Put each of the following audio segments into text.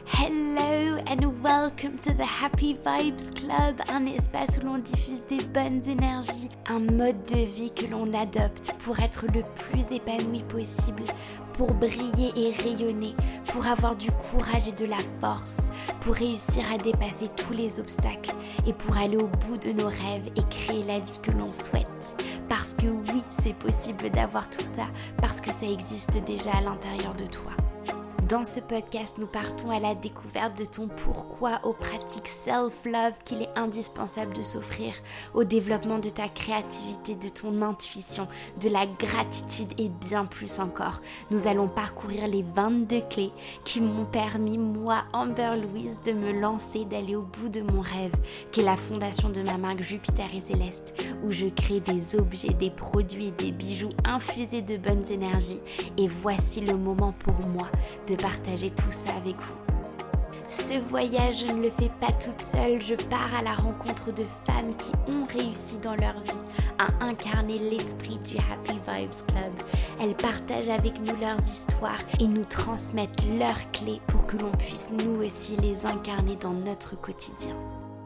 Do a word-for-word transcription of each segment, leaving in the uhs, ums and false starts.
Hello and welcome to the Happy Vibes Club, un espace où l'on diffuse des bonnes énergies, un mode de vie que l'on adopte pour être le plus épanoui possible, pour briller et rayonner, pour avoir du courage et de la force, pour réussir à dépasser tous les obstacles et pour aller au bout de nos rêves et créer la vie que l'on souhaite. Parce que oui, c'est possible d'avoir tout ça, parce que ça existe déjà à l'intérieur de toi. Dans ce podcast, nous partons à la découverte de ton pourquoi, aux pratiques self-love qu'il est indispensable de s'offrir, au développement de ta créativité, de ton intuition, de la gratitude et bien plus encore. Nous allons parcourir les vingt-deux clés qui m'ont permis, moi, Amber Louise, de me lancer, d'aller au bout de mon rêve, qui est la fondation de ma marque Jupiter et Céleste, où je crée des objets, des produits et des bijoux infusés de bonnes énergies. Et voici le moment pour moi de partager tout ça avec vous. Ce voyage, je ne le fais pas toute seule, je pars à la rencontre de femmes qui ont réussi dans leur vie à incarner l'esprit du Happy Vibes Club. Elles partagent avec nous leurs histoires et nous transmettent leurs clés pour que l'on puisse nous aussi les incarner dans notre quotidien.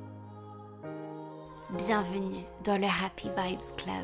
Bienvenue dans le Happy Vibes Club.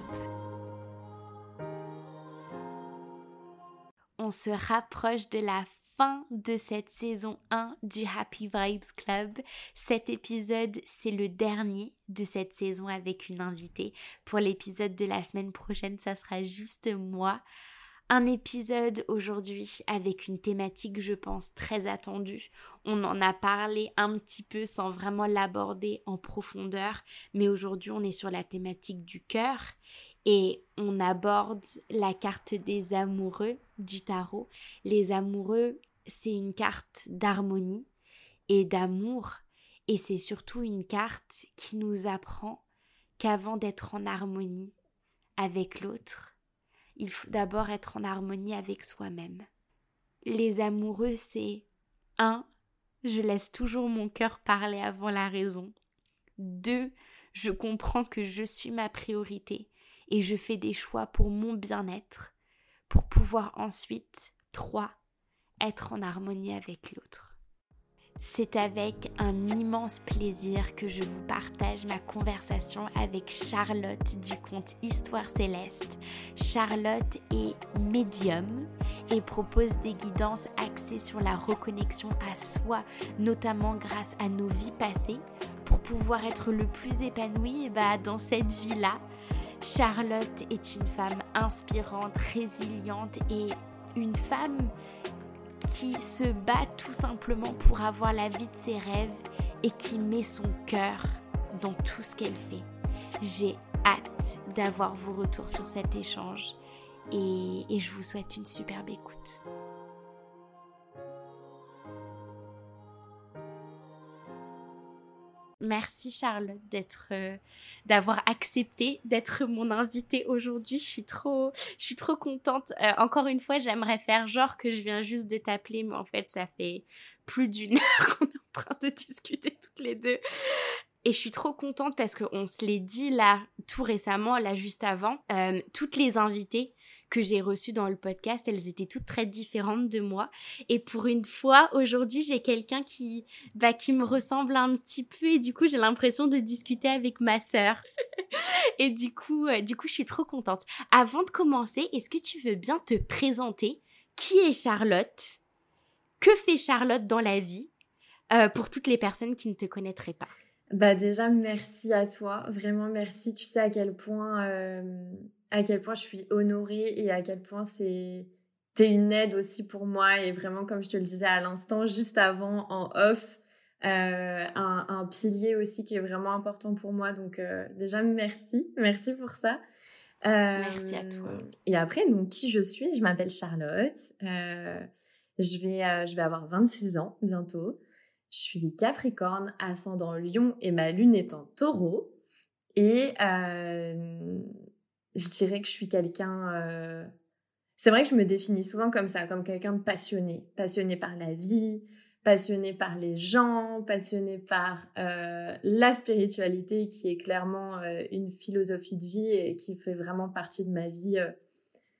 On se rapproche de la fin de cette saison un du Happy Vibes Club. Cet épisode, c'est le dernier de cette saison avec une invitée. Pour l'épisode de la semaine prochaine, ça sera juste moi. Un épisode aujourd'hui avec une thématique, je pense, très attendue. On en a parlé un petit peu sans vraiment l'aborder en profondeur, mais aujourd'hui, on est sur la thématique du cœur. Et on aborde la carte des amoureux du tarot. Les amoureux, c'est une carte d'harmonie et d'amour. Et c'est surtout une carte qui nous apprend qu'avant d'être en harmonie avec l'autre, il faut d'abord être en harmonie avec soi-même. Les amoureux, c'est un, je laisse toujours mon cœur parler avant la raison. deux, je comprends que je suis ma priorité. Et je fais des choix pour mon bien-être, pour pouvoir ensuite, trois, être en harmonie avec l'autre. C'est avec un immense plaisir que je vous partage ma conversation avec Charlotte du compte Histoire Céleste. Charlotte est médium et propose des guidances axées sur la reconnexion à soi, notamment grâce à nos vies passées, pour pouvoir être le plus épanoui bah, dans cette vie-là. Charlotte est une femme inspirante, résiliente et une femme qui se bat tout simplement pour avoir la vie de ses rêves et qui met son cœur dans tout ce qu'elle fait. J'ai hâte d'avoir vos retours sur cet échange et, et je vous souhaite une superbe écoute. Merci Charlotte d'être, euh, d'avoir accepté d'être mon invitée aujourd'hui. Je suis trop, je suis trop contente. Euh, encore une fois, j'aimerais faire genre que je viens juste de t'appeler, mais en fait, ça fait plus d'une heure qu'on est en train de discuter toutes les deux. Et je suis trop contente parce qu'on se l'est dit là, tout récemment, là juste avant, euh, toutes les invitées que j'ai reçues dans le podcast, elles étaient toutes très différentes de moi. Et pour une fois, aujourd'hui, j'ai quelqu'un qui, bah, qui me ressemble un petit peu et du coup, j'ai l'impression de discuter avec ma sœur. Et du coup, euh, du coup, je suis trop contente. Avant de commencer, est-ce que tu veux bien te présenter? Qui est Charlotte? Que fait Charlotte dans la vie? Euh, pour toutes les personnes qui ne te connaîtraient pas. Bah déjà, merci à toi. Vraiment, merci. Tu sais à quel point, euh, à quel point je suis honorée et à quel point c'est... t'es une aide aussi pour moi. Et vraiment, comme je te le disais à l'instant, juste avant, en off, euh, un, un pilier aussi qui est vraiment important pour moi. Donc euh, déjà, merci. Merci pour ça. Euh, merci à toi. Et après, donc, qui je suis? Je m'appelle Charlotte. Euh, je vais, euh, je vais avoir vingt-six ans bientôt. Je suis Capricorne, ascendant Lion et ma lune est en Taureau. Et euh, je dirais que je suis quelqu'un... Euh... C'est vrai que je me définis souvent comme ça, comme quelqu'un de passionné. Passionné par la vie, passionné par les gens, passionné par euh, la spiritualité qui est clairement euh, une philosophie de vie et qui fait vraiment partie de ma vie euh,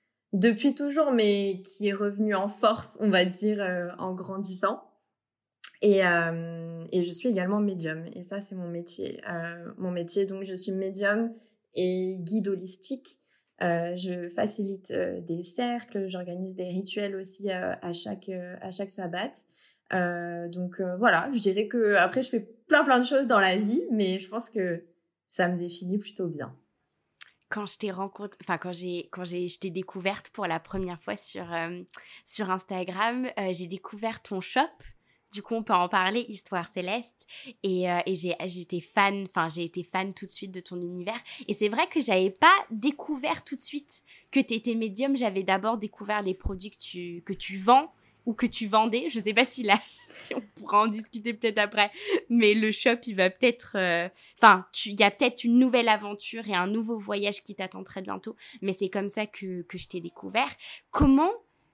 depuis toujours, mais qui est revenue en force, on va dire, euh, en grandissant. Et, euh, et je suis également médium. Et ça, c'est mon métier. Euh, mon métier, donc, je suis médium et guide holistique. Euh, je facilite euh, des cercles, j'organise des rituels aussi euh, à, chaque, euh, à chaque sabbat. Euh, donc, euh, voilà, je dirais que après, je fais plein, plein de choses dans la vie, mais je pense que ça me définit plutôt bien. Quand je t'ai rencontré, enfin quand j'ai quand j'ai je t'ai découverte pour la première fois sur euh, sur Instagram, euh, j'ai découvert ton shop. Du coup, on peut en parler, Histoire Céleste. Et, euh, et j'ai j'étais fan, enfin j'ai été fan tout de suite de ton univers. Et c'est vrai que j'avais pas découvert tout de suite que tu étais médium. J'avais d'abord découvert les produits que tu que tu vends ou que tu vendais. Je sais pas si là, si on pourra en discuter peut-être après. Mais le shop, il va peut-être... Enfin, euh, il y a peut-être une nouvelle aventure et un nouveau voyage qui t'attend très bientôt. Mais c'est comme ça que, que je t'ai découvert. Comment,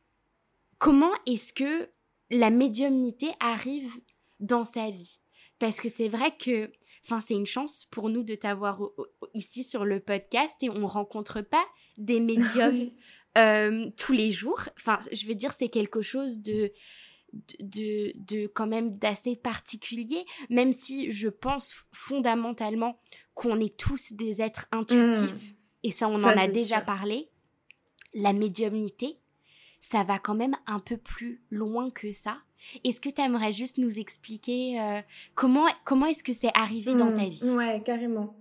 comment est-ce que la médiumnité arrive dans sa vie? Parce que c'est vrai que... Enfin, c'est une chance pour nous de t'avoir ici sur le podcast et on rencontre pas des médiums euh, tous les jours. Enfin, je veux dire, c'est quelque chose de... De, de, de quand même d'assez particulier, même si je pense fondamentalement qu'on est tous des êtres intuitifs, mmh. et ça on ça, en a déjà sûr. parlé. La médiumnité, ça va quand même un peu plus loin que ça. Est-ce que tu aimerais juste nous expliquer euh, comment, comment est-ce que c'est arrivé mmh, dans ta vie? Ouais, carrément.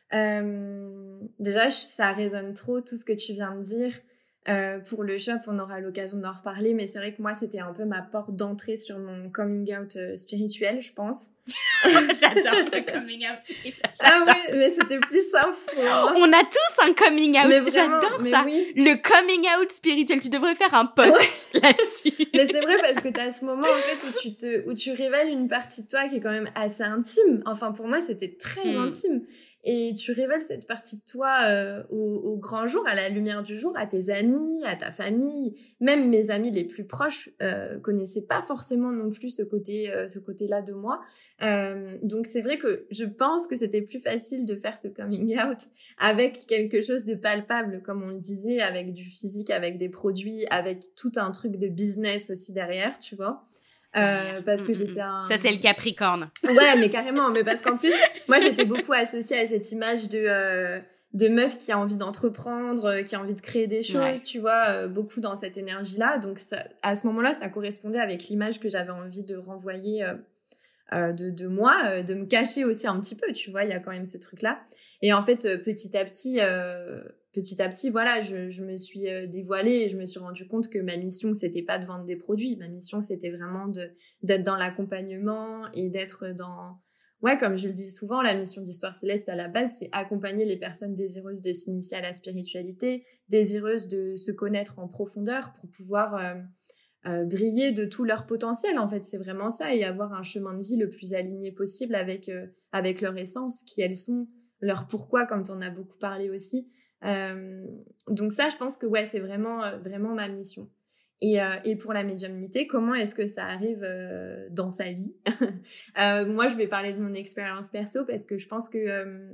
Euh, déjà, ça résonne trop tout ce que tu viens de dire. Euh, pour le shop, on aura l'occasion d'en reparler, mais c'est vrai que moi, c'était un peu ma porte d'entrée sur mon coming out euh, spirituel, je pense. J'adore le coming out spirituel. Ah oui, mais c'était plus simple. On a tous un coming out, mais vraiment, j'adore mais ça. Oui. Le coming out spirituel, tu devrais faire un post ouais. là-dessus. Mais c'est vrai parce que t'as ce moment en fait où tu te, où tu révèles une partie de toi qui est quand même assez intime. Enfin, pour moi, c'était très mmh. intime. Et tu révèles cette partie de toi euh, au, au grand jour, à la lumière du jour, à tes amis, à ta famille. Même mes amis les plus proches euh, connaissaient pas forcément non plus ce côté, euh, ce côté-là de moi. Euh, donc c'est vrai que je pense que c'était plus facile de faire ce coming out avec quelque chose de palpable, comme on le disait, avec du physique, avec des produits, avec tout un truc de business aussi derrière, tu vois. Euh, parce que j'étais un... Ça, c'est le Capricorne. Ouais, mais carrément. Mais parce qu'en plus, moi, j'étais beaucoup associée à cette image de, euh, de meuf qui a envie d'entreprendre, qui a envie de créer des choses, ouais. tu vois, euh, beaucoup dans cette énergie-là. Donc, ça, à ce moment-là, ça correspondait avec l'image que j'avais envie de renvoyer euh, euh, de, de moi, euh, de me cacher aussi un petit peu, tu vois, il y a quand même ce truc-là. Et en fait, euh, petit à petit... Euh, Petit à petit, voilà, je, je me suis euh, dévoilée et je me suis rendu compte que ma mission, c'était pas de vendre des produits. Ma mission, c'était vraiment de, d'être dans l'accompagnement et d'être dans... Ouais, comme je le dis souvent, la mission d'Histoire Céleste, à la base, c'est accompagner les personnes désireuses de s'initier à la spiritualité, désireuses de se connaître en profondeur pour pouvoir euh, euh, briller de tout leur potentiel. En fait, c'est vraiment ça, et avoir un chemin de vie le plus aligné possible avec, euh, avec leur essence, qui elles sont, leur pourquoi, comme tu en as beaucoup parlé aussi. Euh, donc ça, je pense que ouais, c'est vraiment euh, vraiment ma mission. Et, euh, et pour la médiumnité, comment est-ce que ça arrive euh, dans sa vie? euh, Moi, je vais parler de mon expérience perso parce que je pense que euh,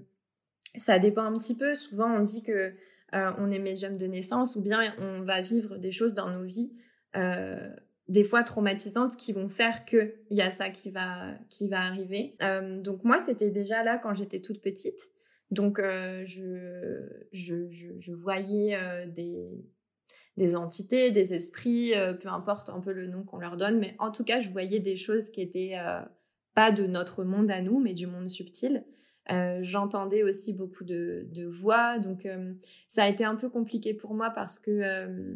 ça dépend un petit peu. Souvent, on dit que euh, on est médium de naissance, ou bien on va vivre des choses dans nos vies, euh, des fois traumatisantes, qui vont faire que il y a ça qui va qui va arriver. Euh, donc moi, c'était déjà là quand j'étais toute petite. Donc, euh, je, je, je, je voyais euh, des, des entités, des esprits, euh, peu importe un peu le nom qu'on leur donne, mais en tout cas, je voyais des choses qui étaient euh, pas de notre monde à nous, mais du monde subtil. Euh, j'entendais aussi beaucoup de, de voix, donc euh, ça a été un peu compliqué pour moi parce que euh,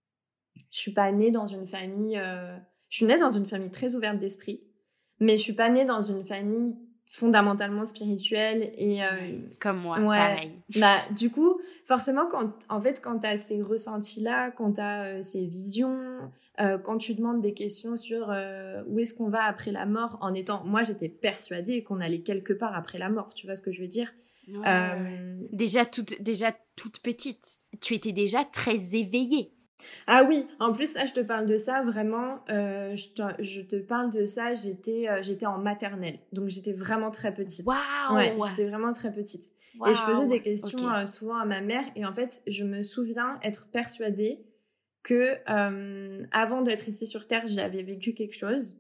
je suis pas née dans une famille... Euh, je suis née dans une famille très ouverte d'esprit, mais je suis pas née dans une famille fondamentalement spirituel et euh, comme moi, ouais, pareil. Bah du coup, forcément, quand en fait quand t'as ces ressentis là, quand t'as euh, ces visions, euh, quand tu demandes des questions sur euh, où est-ce qu'on va après la mort, en étant, moi j'étais persuadée qu'on allait quelque part après la mort, tu vois ce que je veux dire? Ouais, euh... déjà toute déjà toute petite, tu étais déjà très éveillée. Ah oui, en plus, ça, je te parle de ça, vraiment, euh, je, te, je te parle de ça, j'étais, euh, j'étais en maternelle, donc j'étais vraiment très petite. Waouh! Ouais, j'étais vraiment très petite. Wow. Et je posais des questions okay. euh, souvent à ma mère, et en fait, je me souviens être persuadée que euh, avant d'être ici sur Terre, j'avais vécu quelque chose,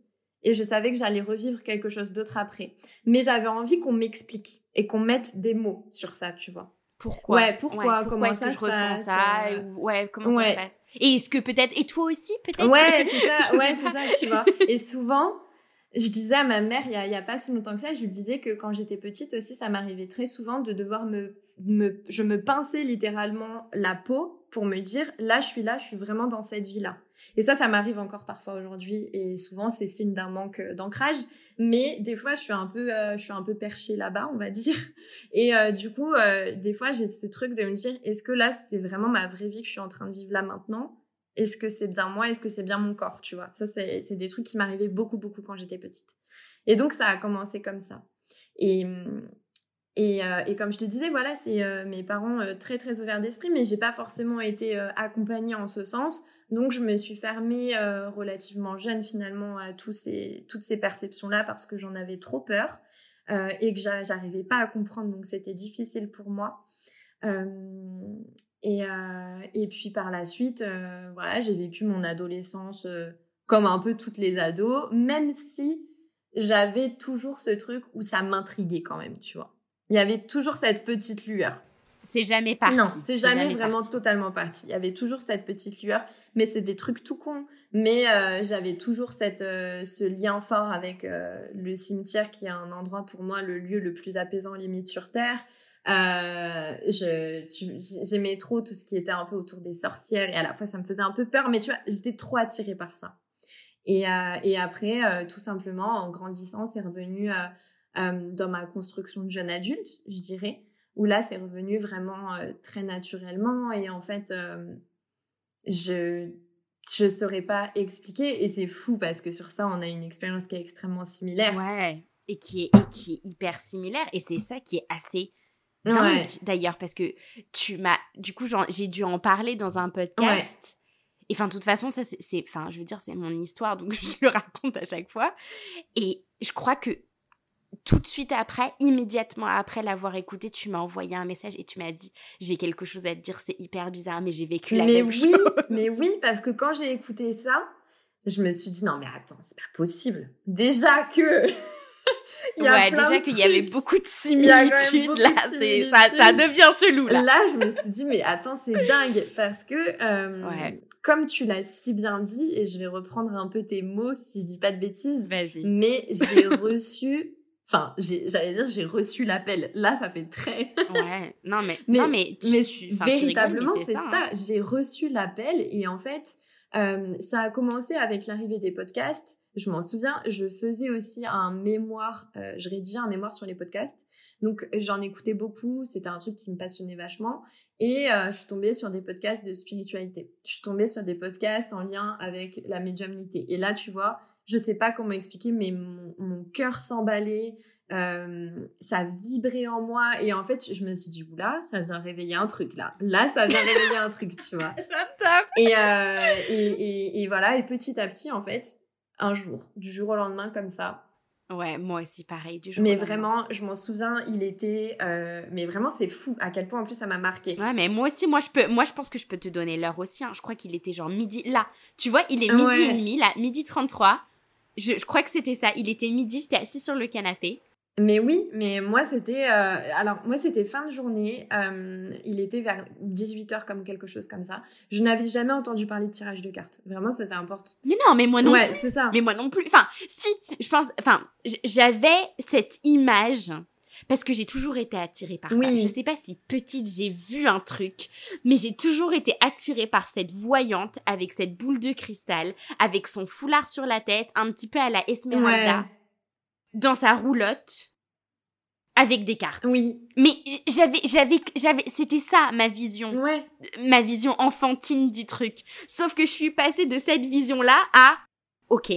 et je savais que j'allais revivre quelque chose d'autre après. Mais j'avais envie qu'on m'explique et qu'on mette des mots sur ça, tu vois. Pourquoi Ouais, pourquoi, ouais, pourquoi comment est-ce ça que se je ressens passe, ça euh... ouais, comment ouais. ça se passe. Et est-ce que peut-être, et toi aussi, peut-être Ouais, que... c'est ça, je ouais, sais c'est pas. ça, tu vois. Et souvent, je disais à ma mère, il y a, il y a pas si longtemps que ça, je lui disais que quand j'étais petite aussi, ça m'arrivait très souvent de devoir me, me, je me pinçais littéralement la peau pour me dire, là, je suis là, je suis vraiment dans cette vie-là. Et ça, ça m'arrive encore parfois aujourd'hui, et souvent, c'est signe d'un manque d'ancrage. Mais des fois, je suis un peu, euh, je suis un peu perchée là-bas, on va dire. Et euh, du coup, euh, des fois, j'ai ce truc de me dire, est-ce que là, c'est vraiment ma vraie vie que je suis en train de vivre là maintenant ? Est-ce que c'est bien moi ? Est-ce que c'est bien mon corps, tu vois ? Ça, c'est, c'est des trucs qui m'arrivaient beaucoup, beaucoup quand j'étais petite. Et donc, ça a commencé comme ça. Et, et, euh, et comme je te disais, voilà, c'est euh, mes parents euh, très, très ouverts d'esprit, mais j'ai pas forcément été euh, accompagnée en ce sens. Donc, je me suis fermée euh, relativement jeune, finalement, à tous ces, toutes ces perceptions-là parce que j'en avais trop peur euh, et que j'a, j'arrivais pas à comprendre. Donc, c'était difficile pour moi. Euh, et, euh, et puis par la suite, euh, voilà, j'ai vécu mon adolescence euh, comme un peu toutes les ados, même si j'avais toujours ce truc où ça m'intriguait quand même, tu vois. Il y avait toujours cette petite lueur. C'est jamais parti. Non, c'est jamais, jamais vraiment parti. totalement parti. Il y avait toujours cette petite lueur, mais c'est des trucs tout cons. Mais euh, j'avais toujours cette, euh, ce lien fort avec euh, le cimetière qui est un endroit pour moi, le lieu le plus apaisant limite sur Terre. Euh, je, tu, j'aimais trop tout ce qui était un peu autour des sorcières et à la fois ça me faisait un peu peur, mais tu vois, j'étais trop attirée par ça. Et, euh, et après, euh, tout simplement, en grandissant, c'est revenu euh, euh, dans ma construction de jeune adulte, je dirais, où là, c'est revenu vraiment euh, très naturellement et en fait, euh, je je saurais pas expliquer et c'est fou parce que sur ça, on a une expérience qui est extrêmement similaire. Ouais, et qui est, et qui est hyper similaire et c'est ça qui est assez... dingue, ouais. D'ailleurs, parce que tu m'as... Du coup, genre, j'ai dû en parler dans un podcast. Ouais. Et enfin, de toute façon, ça, c'est... Enfin, je veux dire, c'est mon histoire, donc je le raconte à chaque fois. Et je crois que tout de suite après, immédiatement après l'avoir écouté, tu m'as envoyé un message et tu m'as dit « J'ai quelque chose à te dire, c'est hyper bizarre, mais j'ai vécu la mais même oui, chose. » Mais oui, parce que quand j'ai écouté ça, je me suis dit « Non, mais attends, c'est pas possible. Déjà que... » Il y a ouais, déjà qu'il y avait beaucoup de similitudes, beaucoup là, de similitudes. C'est, ça, ça devient chelou, là. Là, je me suis dit, mais attends, c'est dingue, parce que, euh, ouais. comme tu l'as si bien dit, et je vais reprendre un peu tes mots, si je dis pas de bêtises, vas-y. Mais j'ai reçu, enfin, j'ai, j'allais dire, j'ai reçu l'appel. Là, ça fait très... ouais, non, mais, mais, non, mais, tu, mais tu, véritablement, tu rigoles, mais c'est, c'est ça. ça. Hein. J'ai reçu l'appel, et en fait, euh, ça a commencé avec l'arrivée des podcasts. Je m'en souviens, je faisais aussi un mémoire, euh, je rédigeais un mémoire sur les podcasts. Donc, j'en écoutais beaucoup. C'était un truc qui me passionnait vachement. Et euh, je suis tombée sur des podcasts de spiritualité. Je suis tombée sur des podcasts en lien avec la médiumnité. Et là, tu vois, je sais pas comment expliquer, mais mon, mon cœur s'emballait. Euh, ça vibrait en moi. Et en fait, je me suis dit, oula, ça vient réveiller un truc, là. Là, ça vient réveiller un truc, tu vois. J'adore. Et, euh, et, et, et voilà. Et petit à petit, en fait... un jour, du jour au lendemain comme ça. Ouais, moi aussi pareil, du jour mais au lendemain. Mais vraiment, je m'en souviens, il était... Euh, mais vraiment, c'est fou à quel point, en plus, ça m'a marqué. Ouais, mais moi aussi, moi je, peux, moi, je pense que je peux te donner l'heure aussi. Hein. Je crois qu'il était genre midi... Là, tu vois, il est midi ouais. et demi, là, midi trente-trois. Je, je crois que c'était ça. Il était midi, j'étais assise sur le canapé. Mais oui, mais moi, c'était... Euh, alors, moi, c'était fin de journée. Euh, il était vers dix-huit heures, comme quelque chose comme ça. Je n'avais jamais entendu parler de tirage de cartes. Vraiment, ça, ça importe. Mais non, mais moi non ouais, plus. Ouais, c'est ça. Mais moi non plus. Enfin, si, je pense... Enfin, j'avais cette image... Parce que j'ai toujours été attirée par oui. ça. Je sais pas si petite, j'ai vu un truc, mais j'ai toujours été attirée par cette voyante avec cette boule de cristal, avec son foulard sur la tête, un petit peu à la Esmeralda, ouais. dans sa roulotte, avec des cartes. Oui. Mais j'avais, j'avais, j'avais, c'était ça ma vision. Ouais. Ma vision enfantine du truc. Sauf que je suis passée de cette vision-là à, ok,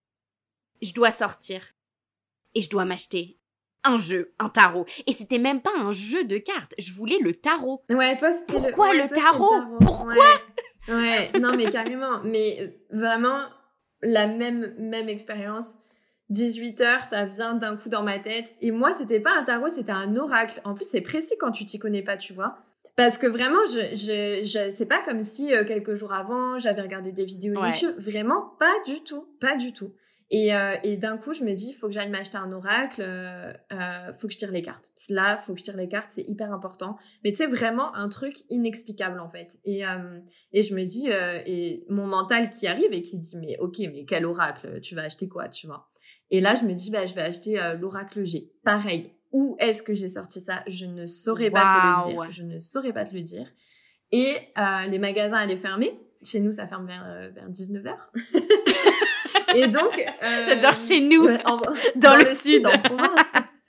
je dois sortir et je dois m'acheter un jeu, un tarot. Et c'était même pas un jeu de cartes. Je voulais le tarot. Ouais, toi, c'était Pourquoi le, ouais, le, toi, tarot le tarot Pourquoi ouais. ouais, non, mais carrément. Mais vraiment, la même, même expérience. dix-huit heures, ça vient d'un coup dans ma tête. Et moi, c'était pas un tarot, c'était un oracle. En plus, c'est précis quand tu t'y connais pas, tu vois. Parce que vraiment, je, je, je, c'est pas comme si euh, quelques jours avant, j'avais regardé des vidéos ouais. YouTube. Vraiment, pas du tout. Pas du tout. Et, euh, et d'un coup, je me dis, il faut que j'aille m'acheter un oracle, euh, euh, faut que je tire les cartes. Là, faut que je tire les cartes, c'est hyper important. Mais tu sais, vraiment un truc inexplicable, en fait. Et, euh, et je me dis, euh, et mon mental qui arrive et qui dit, mais ok, mais quel oracle? Tu vas acheter quoi, tu vois? Et là, je me dis, bah, je vais acheter euh, l'oracle G. Pareil. Où est-ce que j'ai sorti ça? Je ne saurais wow. pas te le dire. Je ne saurais pas te le dire. Et euh, les magasins allaient fermer. Chez nous, ça ferme vers, euh, vers dix-neuf heures. Et donc... Euh, J'adore chez nous, ouais, en, dans, dans le, le sud, sud, en Provence.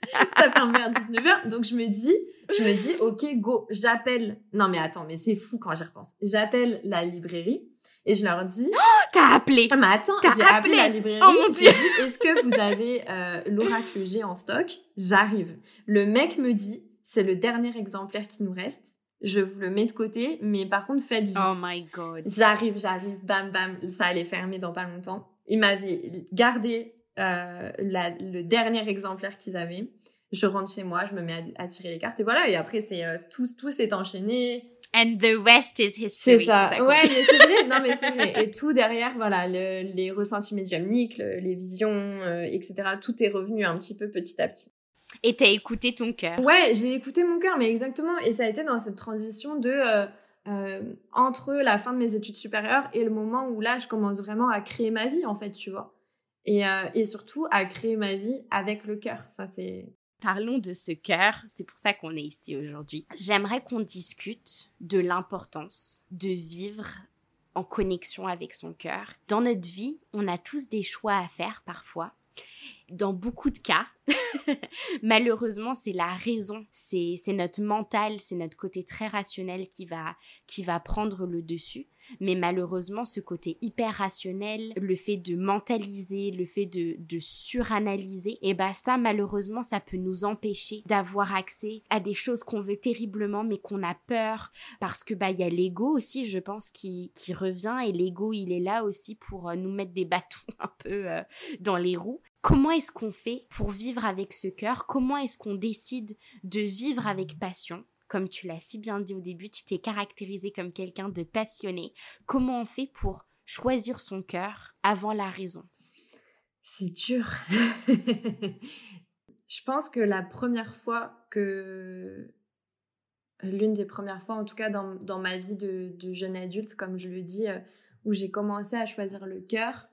Ça ferme vers dix-neuf heures. Donc, je me dis, je me dis, OK, go, j'appelle... Non, mais attends, mais c'est fou quand j'y repense. J'appelle la librairie et je leur dis... Oh, t'as appelé! Ah, mais attends, t'as j'ai appelé. appelé la librairie. Oh mon Dieu! J'ai dit, est-ce que vous avez euh, l'oracle G en stock? J'arrive. Le mec me dit, c'est le dernier exemplaire qui nous reste. Je vous le mets de côté, mais par contre, faites vite. Oh my God. J'arrive, j'arrive, bam, bam. Ça allait fermer dans pas longtemps. Ils m'avaient gardé euh, la, le dernier exemplaire qu'ils avaient. Je rentre chez moi, je me mets à, à tirer les cartes et voilà. Et après, c'est euh, tout, tout s'est enchaîné. And the rest is history. C'est ça. C'est ça ouais, mais c'est vrai. Non, mais c'est vrai. Et tout derrière, voilà, le, les ressentis médiumniques, le, les visions, euh, et cetera. Tout est revenu un petit peu petit à petit. Et t'as écouté ton cœur. Ouais, j'ai écouté mon cœur, mais exactement. Et ça a été dans cette transition de euh, euh, entre la fin de mes études supérieures et le moment où là, je commence vraiment à créer ma vie, en fait, tu vois. Et, euh, et surtout, à créer ma vie avec le cœur. Ça, c'est... Parlons de ce cœur, c'est pour ça qu'on est ici aujourd'hui. J'aimerais qu'on discute de l'importance de vivre en connexion avec son cœur. Dans notre vie, on a tous des choix à faire parfois. Dans beaucoup de cas, malheureusement, c'est la raison, c'est, c'est notre mental, c'est notre côté très rationnel qui va, qui va prendre le dessus. Mais malheureusement, ce côté hyper rationnel, le fait de mentaliser, le fait de, de suranalyser, et bah ça, malheureusement, ça peut nous empêcher d'avoir accès à des choses qu'on veut terriblement, mais qu'on a peur, parce que bah il y a l'ego aussi, je pense, qui, qui revient, et l'ego, il est là aussi pour nous mettre des bâtons un peu euh, dans les roues. Comment est-ce qu'on fait pour vivre avec ce cœur? Comment est-ce qu'on décide de vivre avec passion? Comme tu l'as si bien dit au début, tu t'es caractérisé comme quelqu'un de passionné. Comment on fait pour choisir son cœur avant la raison? C'est dur. Je pense que la première fois que... L'une des premières fois, en tout cas dans, dans ma vie de, de jeune adulte, comme je le dis, euh, où j'ai commencé à choisir le cœur,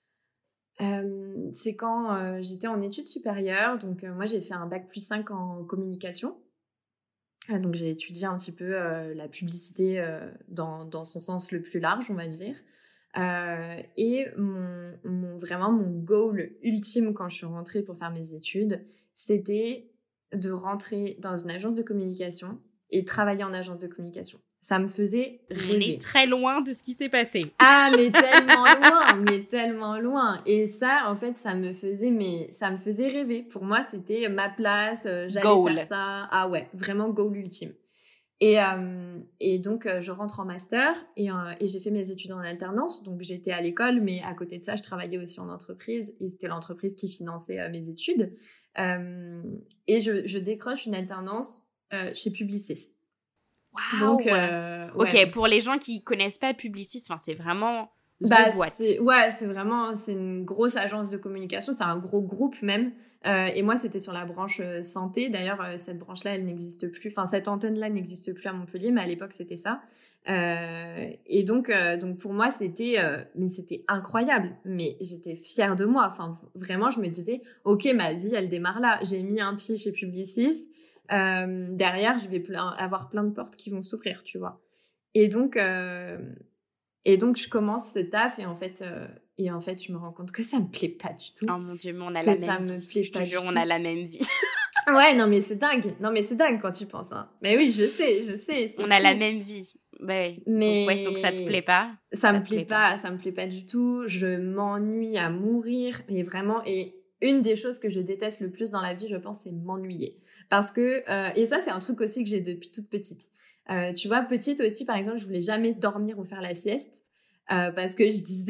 Euh, c'est quand euh, j'étais en études supérieures. Donc euh, moi j'ai fait un bac plus cinq en communication, euh, donc j'ai étudié un petit peu euh, la publicité euh, dans, dans son sens le plus large, on va dire, euh, et mon, mon, vraiment mon goal ultime quand je suis rentrée pour faire mes études, c'était de rentrer dans une agence de communication et travailler en agence de communication. Ça me faisait rêver. On est très loin de ce qui s'est passé. Ah, mais tellement loin, mais tellement loin. Et ça, en fait, ça me faisait, mais ça me faisait rêver. Pour moi, c'était ma place, euh, j'allais goal. Faire ça. Ah ouais, vraiment goal ultime. Et, euh, et donc, euh, je rentre en master et, euh, et j'ai fait mes études en alternance. Donc, j'étais à l'école, mais à côté de ça, je travaillais aussi en entreprise et c'était l'entreprise qui finançait euh, mes études. Euh, et je, je décroche une alternance euh, chez Publicis. Wow. Donc, euh, ok, ouais, pour les gens qui connaissent pas Publicis, enfin, c'est vraiment the bah, boîte. C'est, ouais, c'est vraiment, c'est une grosse agence de communication, c'est un gros groupe même. Euh, et moi, c'était sur la branche euh, santé. D'ailleurs, euh, cette branche-là, elle n'existe plus. Enfin, cette antenne-là n'existe plus à Montpellier, mais à l'époque, c'était ça. Euh, et donc, euh, donc pour moi, c'était, euh, mais c'était incroyable. Mais j'étais fière de moi. Enfin, vraiment, je me disais, ok, ma vie, elle démarre là. J'ai mis un pied chez Publicis. Euh, derrière, je vais plein, avoir plein de portes qui vont s'ouvrir, tu vois. Et donc, euh, et donc, je commence ce taf et en fait, euh, et en fait, je me rends compte que ça me plaît pas du tout. Oh mon Dieu, mais on a la même ça vie. Me plaît je te jure, on a la même vie. Ouais, non mais c'est dingue. Non mais c'est dingue quand tu penses. Hein. Mais oui, je sais, je sais. On fou. a la même vie. Ouais. Mais donc, ouais, donc ça te plaît pas? Ça, ça me plaît pas, pas, ça me plaît pas du tout. Je m'ennuie à mourir, mais vraiment. Et une des choses que je déteste le plus dans la vie, je pense, c'est m'ennuyer. Parce que, euh, et ça, c'est un truc aussi que j'ai depuis toute petite. Euh, tu vois, petite aussi, par exemple, je voulais jamais dormir ou faire la sieste. Euh, parce que je disais,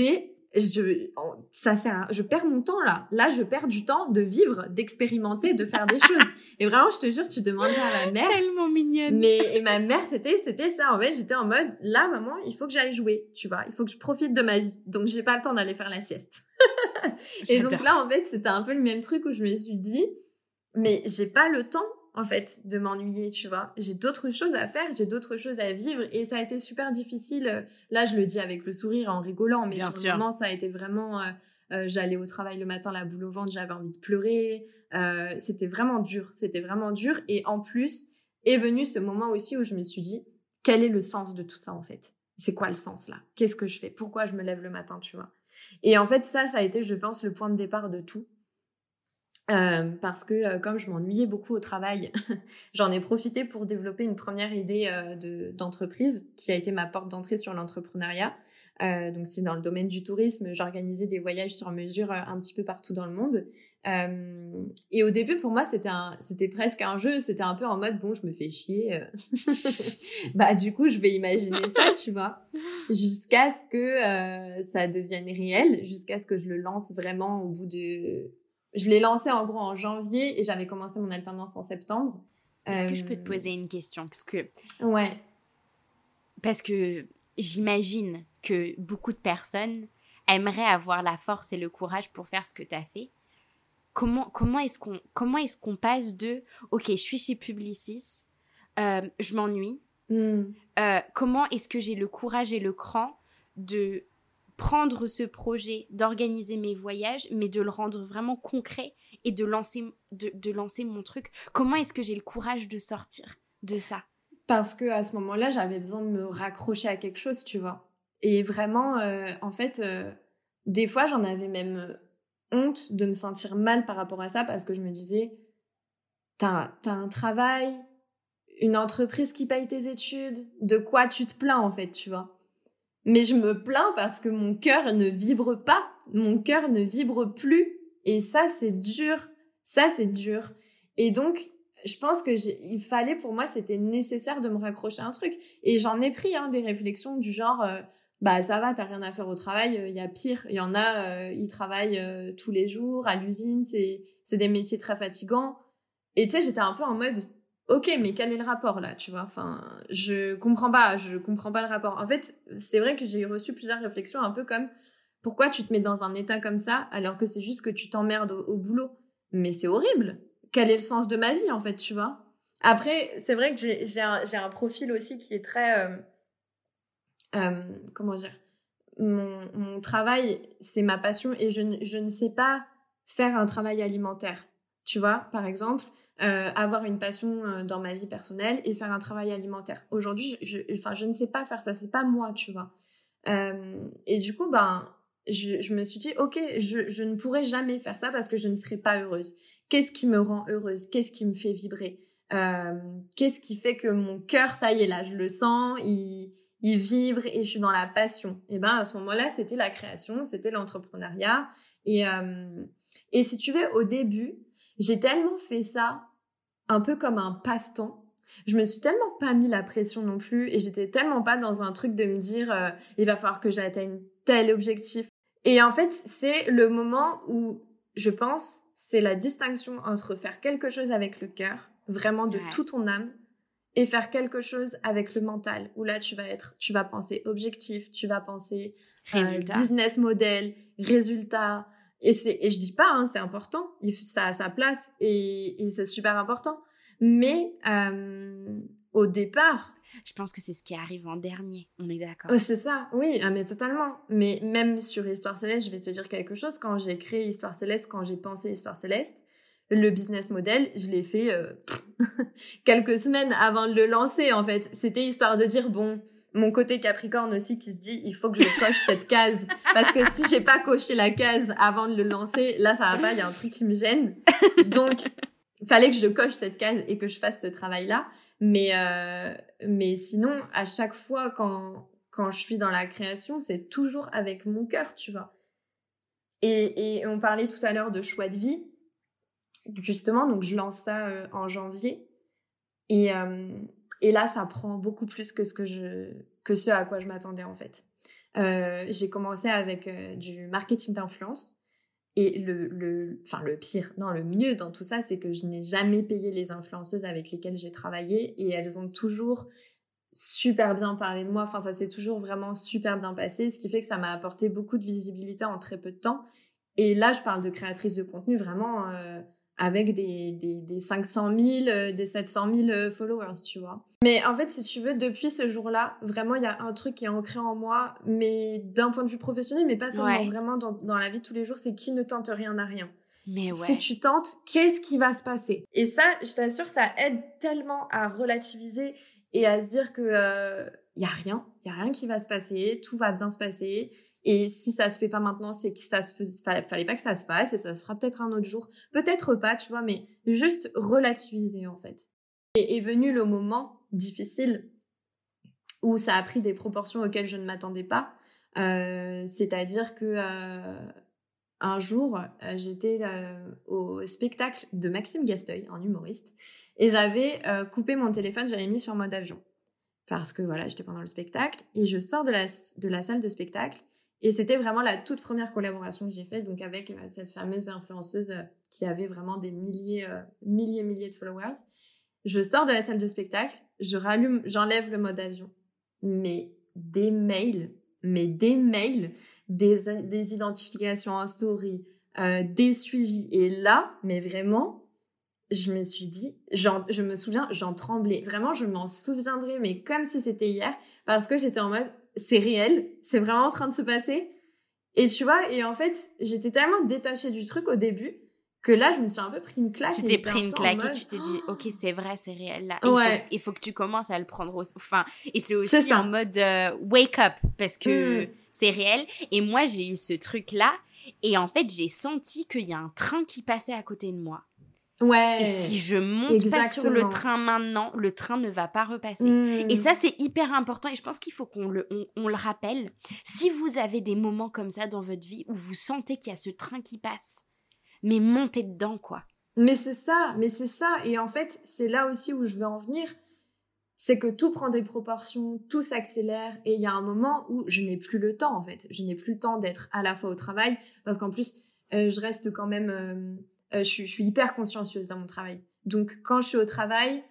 je, ça sert à- je perds mon temps là. Là, je perds du temps de vivre, d'expérimenter, de faire des choses. Et vraiment, je te jure, tu demanderas à ma mère. Tellement mignonne. Mais et ma mère, c'était, c'était ça. En fait, j'étais en mode, là, maman, il faut que j'aille jouer, tu vois. Il faut que je profite de ma vie. Donc, j'ai pas le temps d'aller faire la sieste. Et donc là, en fait, c'était un peu le même truc où je me suis dit, mais j'ai pas le temps, en fait, de m'ennuyer, tu vois. J'ai d'autres choses à faire, j'ai d'autres choses à vivre. Et ça a été super difficile. Là, je le dis avec le sourire, en rigolant. Mais Bien sur sûr. le moment, ça a été vraiment... Euh, euh, j'allais au travail le matin, la boule au ventre, j'avais envie de pleurer. Euh, c'était vraiment dur. C'était vraiment dur. Et en plus, est venu ce moment aussi où je me suis dit, quel est le sens de tout ça, en fait? C'est quoi le sens, là? Qu'est-ce que je fais? Pourquoi je me lève le matin, tu vois? Et en fait, ça, ça a été, je pense, le point de départ de tout. Euh, parce que euh, comme je m'ennuyais beaucoup au travail, j'en ai profité pour développer une première idée euh, de, d'entreprise qui a été ma porte d'entrée sur l'entrepreneuriat. Euh, donc c'est dans le domaine du tourisme, j'organisais des voyages sur mesure euh, un petit peu partout dans le monde. Euh, et au début pour moi c'était un, c'était presque un jeu, c'était un peu en mode bon je me fais chier, euh. bah du coup je vais imaginer ça tu vois, jusqu'à ce que euh, ça devienne réel, jusqu'à ce que je le lance vraiment au bout de... Je l'ai lancé en gros en janvier et j'avais commencé mon alternance en septembre. Est-ce Euh... que je peux te poser une question? Parce que, ouais. parce que j'imagine que beaucoup de personnes aimeraient avoir la force et le courage pour faire ce que tu as fait. Comment, comment, est-ce qu'on, comment est-ce qu'on passe de « Ok, je suis chez Publicis, euh, je m'ennuie. Mm. Euh, comment est-ce que j'ai le courage et le cran de prendre ce projet, d'organiser mes voyages, mais de le rendre vraiment concret et de lancer, de, de lancer mon truc. Comment est-ce que j'ai le courage de sortir de ça? Parce que à ce moment-là, j'avais besoin de me raccrocher à quelque chose, tu vois. Et vraiment, euh, en fait, euh, des fois, j'en avais même honte de me sentir mal par rapport à ça parce que je me disais, t'as, t'as un travail, une entreprise qui paye tes études, de quoi tu te plains en fait, tu vois. Mais je me plains parce que mon cœur ne vibre pas, mon cœur ne vibre plus. Et ça, c'est dur. Ça, c'est dur. Et donc, je pense que j'ai, il fallait, pour moi, c'était nécessaire de me raccrocher à un truc. Et j'en ai pris hein, des réflexions du genre, euh, bah ça va, t'as rien à faire au travail, il euh, y a pire. Il y en a, euh, ils travaillent euh, tous les jours à l'usine, c'est, c'est des métiers très fatigants. Et tu sais, j'étais un peu en mode... Ok, mais quel est le rapport là, tu vois? Enfin, je comprends pas, je comprends pas le rapport. En fait, c'est vrai que j'ai reçu plusieurs réflexions un peu comme pourquoi tu te mets dans un état comme ça alors que c'est juste que tu t'emmerdes au, au boulot. Mais c'est horrible. Quel est le sens de ma vie en fait, tu vois? Après, c'est vrai que j'ai, j'ai, un, j'ai un profil aussi qui est très... Euh, euh, comment dire? Mon, mon travail, c'est ma passion et je, je ne sais pas faire un travail alimentaire. Tu vois, par exemple... Euh, avoir une passion euh, dans ma vie personnelle et faire un travail alimentaire. Aujourd'hui, je, je, enfin, je ne sais pas faire ça, c'est pas moi, tu vois. Euh, et du coup, ben, je, je me suis dit, ok, je, je ne pourrai jamais faire ça parce que je ne serai pas heureuse. Qu'est-ce qui me rend heureuse? Qu'est-ce qui me fait vibrer? euh, Qu'est-ce qui fait que mon cœur, ça y est, là, je le sens, il, il vibre et je suis dans la passion? Et ben, à ce moment-là, c'était la création, c'était l'entrepreneuriat. Et, euh, et si tu veux, au début, j'ai tellement fait ça un peu comme un passe-temps. Je me suis tellement pas mis la pression non plus et j'étais tellement pas dans un truc de me dire euh, il va falloir que j'atteigne tel objectif. Et en fait, c'est le moment où je pense c'est la distinction entre faire quelque chose avec le cœur, vraiment de ouais. tout ton âme, et faire quelque chose avec le mental où là tu vas être, tu vas penser objectif, tu vas penser euh, business model, résultat. Et, c'est, et je dis pas, hein, c'est important, ça a sa place et, et c'est super important. Mais euh, au départ... Je pense que c'est ce qui arrive en dernier, on est d'accord. Oh, c'est ça, oui, ah, mais totalement. Mais même sur Histoire Céleste, je vais te dire quelque chose. Quand j'ai créé Histoire Céleste, quand j'ai pensé Histoire Céleste, le business model, je l'ai fait euh, quelques semaines avant de le lancer, en fait. C'était histoire de dire, bon... Mon côté Capricorne aussi qui se dit il faut que je coche cette case parce que si j'ai pas coché la case avant de le lancer, là ça va pas, il y a un truc qui me gêne. Donc il fallait que je coche cette case et que je fasse ce travail-là. Mais euh, mais sinon à chaque fois quand quand je suis dans la création, c'est toujours avec mon cœur, tu vois. Et et on parlait tout à l'heure de choix de vie. Justement, donc je lance ça euh, en janvier et euh, Et là, ça prend beaucoup plus que ce, que, je, que ce à quoi je m'attendais, en fait. Euh, j'ai commencé avec euh, du marketing d'influence. Et le, le, enfin le pire, non, le mieux dans tout ça, c'est que je n'ai jamais payé les influenceuses avec lesquelles j'ai travaillé et elles ont toujours super bien parlé de moi. Enfin, ça s'est toujours vraiment super bien passé, ce qui fait que ça m'a apporté beaucoup de visibilité en très peu de temps. Et là, je parle de créatrice de contenu vraiment euh, avec des, des, des cinq cent mille, euh, des sept cent mille followers, tu vois. Mais en fait, si tu veux, depuis ce jour-là, vraiment, il y a un truc qui est ancré en moi, mais d'un point de vue professionnel, mais pas seulement, Ouais. vraiment dans, dans la vie de tous les jours, c'est qui ne tente rien n'a rien. Mais ouais. Si tu tentes, qu'est-ce qui va se passer? Et ça, je t'assure, ça aide tellement à relativiser et à se dire que euh, y a rien, il y a rien qui va se passer, tout va bien se passer. Et si ça se fait pas maintenant, c'est que ça se fallait, fallait pas que ça se fasse et ça se fera peut-être un autre jour, peut-être pas, tu vois, mais juste relativiser en fait. Et est venu le moment difficile où ça a pris des proportions auxquelles je ne m'attendais pas. Euh, c'est-à-dire que euh, un jour, euh, j'étais euh, au spectacle de Maxime Gasteuil, un humoriste, et j'avais euh, coupé mon téléphone, j'avais mis sur mode avion. Parce que voilà, j'étais pendant le spectacle, et je sors de la, de la salle de spectacle, et c'était vraiment la toute première collaboration que j'ai faite, donc avec euh, cette fameuse influenceuse euh, qui avait vraiment des milliers, euh, milliers, milliers de followers. Je sors de la salle de spectacle, je rallume, j'enlève le mode avion. Mais des mails, mais des mails, des, des identifications en story, euh, des suivis. Et là, mais vraiment, je me suis dit, j'en, je me souviens, j'en tremblais. Vraiment, je m'en souviendrai, mais comme si c'était hier, parce que j'étais en mode, c'est réel, c'est vraiment en train de se passer. Et tu vois, et en fait, j'étais tellement détachée du truc au début que là, je me suis un peu pris une claque. Tu et t'es j'étais pris un une peu en claque et mode, tu t'es dit, ok, c'est vrai, c'est réel là. Ouais. Il faut, il faut que tu commences à le prendre au... Enfin, et c'est C'est aussi ça. en mode euh, wake up parce que Mm. c'est réel. Et moi, j'ai eu ce truc-là et en fait, j'ai senti qu'il y a un train qui passait à côté de moi. Ouais. Et si je monte Exactement. pas sur le train maintenant, le train ne va pas repasser. Mm. Et ça, c'est hyper important et je pense qu'il faut qu'on le, on, on le rappelle. Si vous avez des moments comme ça dans votre vie où vous sentez qu'il y a ce train qui passe, mais montez dedans, quoi. Mais c'est ça, mais c'est ça. Et en fait, c'est là aussi où je veux en venir. C'est que tout prend des proportions, tout s'accélère. Et il y a un moment où je n'ai plus le temps, en fait. Je n'ai plus le temps d'être à la fois au travail. Parce qu'en plus, euh, je reste quand même... Euh, euh, je, suis, je suis hyper consciencieuse dans mon travail. Donc, quand je suis au travail,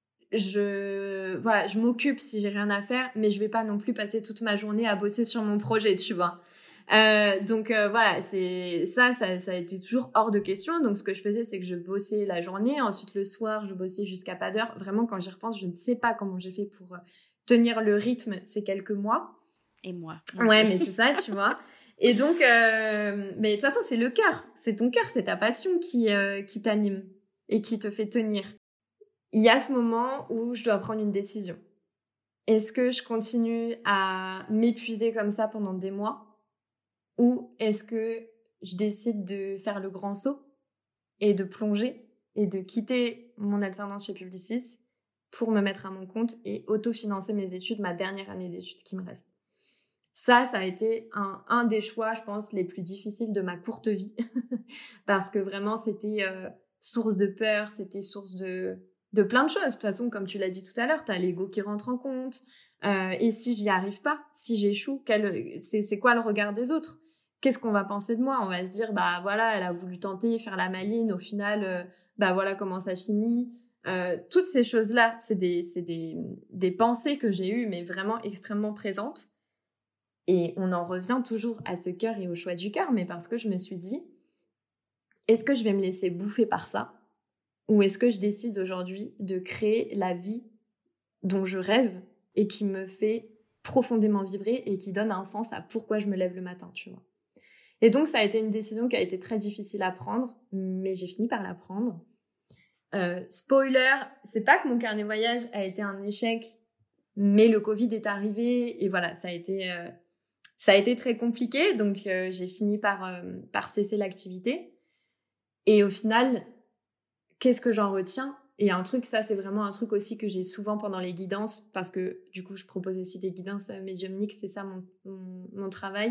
je, voilà, je m'occupe si j'ai rien à faire. Mais je vais pas non plus passer toute ma journée à bosser sur mon projet, tu vois. Euh, donc euh, voilà, c'est ça, ça, ça a été toujours hors de question. Donc ce que je faisais, c'est que je bossais la journée, ensuite le soir, je bossais jusqu'à pas d'heure. Vraiment, quand j'y repense, je ne sais pas comment j'ai fait pour euh, tenir le rythme ces quelques mois. Et moi. Ouais, mais c'est ça, tu vois. Et donc, euh, mais de toute façon, c'est le cœur, c'est ton cœur, c'est ta passion qui euh, qui t'anime et qui te fait tenir. Il y a ce moment où je dois prendre une décision. Est-ce que je continue à m'épuiser comme ça pendant des mois? Ou est-ce que je décide de faire le grand saut et de plonger et de quitter mon alternance chez Publicis pour me mettre à mon compte et autofinancer mes études, ma dernière année d'études qui me reste. Ça, ça a été un, un des choix, je pense, les plus difficiles de ma courte vie parce que vraiment, c'était euh, source de peur, c'était source de, de plein de choses. De toute façon, comme tu l'as dit tout à l'heure, t'as l'ego qui rentre en compte. Euh, et si j'y arrive pas, si j'échoue, quel, c'est, c'est quoi le regard des autres? Qu'est-ce qu'on va penser de moi? On va se dire, bah voilà, elle a voulu tenter, faire la maline, au final, euh, bah voilà comment ça finit. Euh, toutes ces choses-là, c'est des, c'est des, des pensées que j'ai eues, mais vraiment extrêmement présentes. Et on en revient toujours à ce cœur et au choix du cœur, mais parce que je me suis dit, est-ce que je vais me laisser bouffer par ça? Ou est-ce que je décide aujourd'hui de créer la vie dont je rêve et qui me fait profondément vibrer et qui donne un sens à pourquoi je me lève le matin, tu vois? Et donc, ça a été une décision qui a été très difficile à prendre, mais j'ai fini par la prendre. Euh, spoiler, c'est pas que mon carnet voyage a été un échec, mais le Covid est arrivé et voilà, ça a été, euh, ça a été très compliqué. Donc, euh, j'ai fini par, euh, par cesser l'activité. Et au final, qu'est-ce que j'en retiens? Et un truc, ça, c'est vraiment un truc aussi que j'ai souvent pendant les guidances, parce que du coup, je propose aussi des guidances médiumniques, c'est ça mon, mon, mon travail.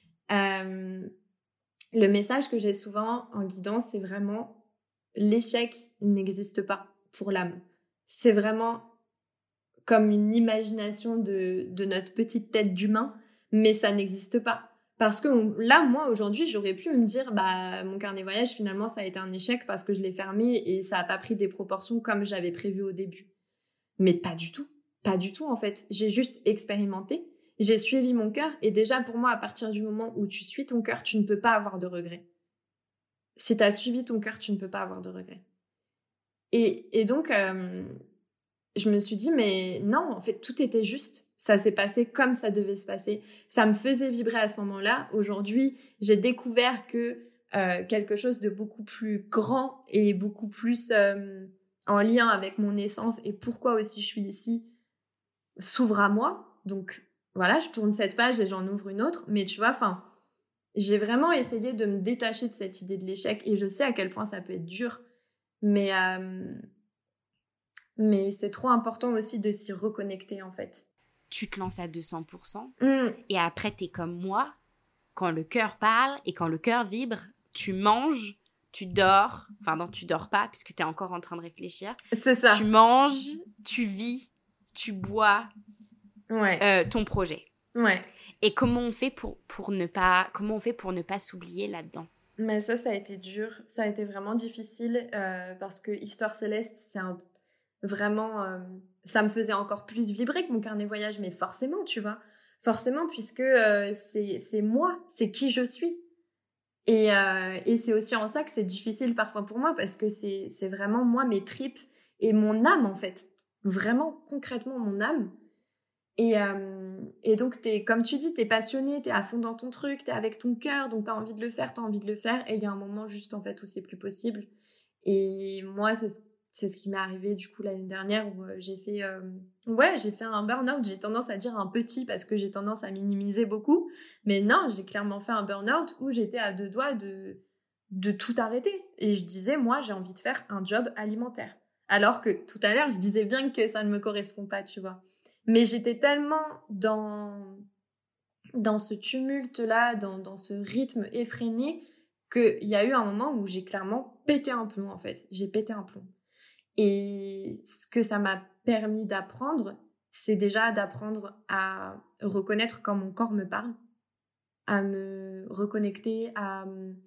Euh, le message que j'ai souvent en guidance, c'est vraiment l'échec n'existe pas pour l'âme. C'est vraiment comme une imagination de, de notre petite tête d'humain, Mais ça n'existe pas. Parce que on, là, moi, aujourd'hui, j'aurais pu me dire, bah, mon carnet voyage, finalement, ça a été un échec parce que je l'ai fermé et ça n'a pas pris des proportions comme j'avais prévu au début. Mais pas du tout. Pas du tout, en fait. J'ai juste expérimenté. J'ai suivi mon cœur. Et déjà, pour moi, à partir du moment où tu suis ton cœur, tu ne peux pas avoir de regrets. Si tu as suivi ton cœur, tu ne peux pas avoir de regrets. Et, et donc, euh, je me suis dit, mais non, en fait, tout était juste. Ça s'est passé comme ça devait se passer. Ça me faisait vibrer à ce moment-là. Aujourd'hui, j'ai découvert que euh, quelque chose de beaucoup plus grand et beaucoup plus euh, en lien avec mon essence et pourquoi aussi je suis ici s'ouvre à moi. Donc, voilà, je tourne cette page et j'en ouvre une autre. Mais tu vois, enfin, j'ai vraiment essayé de me détacher de cette idée de l'échec et je sais à quel point ça peut être dur. Mais, euh, mais c'est trop important aussi de s'y reconnecter, en fait. Tu te lances à deux cents pour cent Mmh. et après, t'es comme moi. Quand le cœur parle et quand le cœur vibre, tu manges, tu dors. Enfin, non, tu dors pas puisque t'es encore en train de réfléchir. C'est ça. Tu manges, tu vis, tu bois Ouais. euh, ton projet. Ouais. Et comment on fait pour, pour ne pas, comment on fait pour ne pas s'oublier là-dedans? Mais ça, ça a été dur. Ça a été vraiment difficile euh, parce que Histoire Céleste, c'est un... vraiment... Euh... ça me faisait encore plus vibrer que mon carnet voyage, mais forcément, tu vois. Forcément, puisque euh, c'est, c'est moi, c'est qui je suis. Et, euh, et c'est aussi en ça que c'est difficile parfois pour moi, parce que c'est, c'est vraiment moi, mes tripes et mon âme, en fait. Vraiment, concrètement, mon âme. Et, euh, et donc, t'es, comme tu dis, t'es passionné, t'es à fond dans ton truc, t'es avec ton cœur, donc t'as envie de le faire, t'as envie de le faire. Et il y a un moment juste, en fait, où c'est plus possible. Et moi, c'est, c'est ce qui m'est arrivé, du coup, l'année dernière, où euh, j'ai fait... Euh, ouais, j'ai fait un burn-out. J'ai tendance à dire un petit, parce que j'ai tendance à minimiser beaucoup. Mais non, j'ai clairement fait un burn-out où j'étais à deux doigts de, de tout arrêter. Et je disais, moi, j'ai envie de faire un job alimentaire. Alors que, tout à l'heure, je disais bien que ça ne me correspond pas, tu vois. Mais j'étais tellement dans, dans ce tumulte-là, dans, dans ce rythme effréné, qu'il y a eu un moment où j'ai clairement pété un plomb, en fait. J'ai pété un plomb. Et ce que ça m'a permis d'apprendre, c'est déjà d'apprendre à reconnaître quand mon corps me parle, à me reconnecter à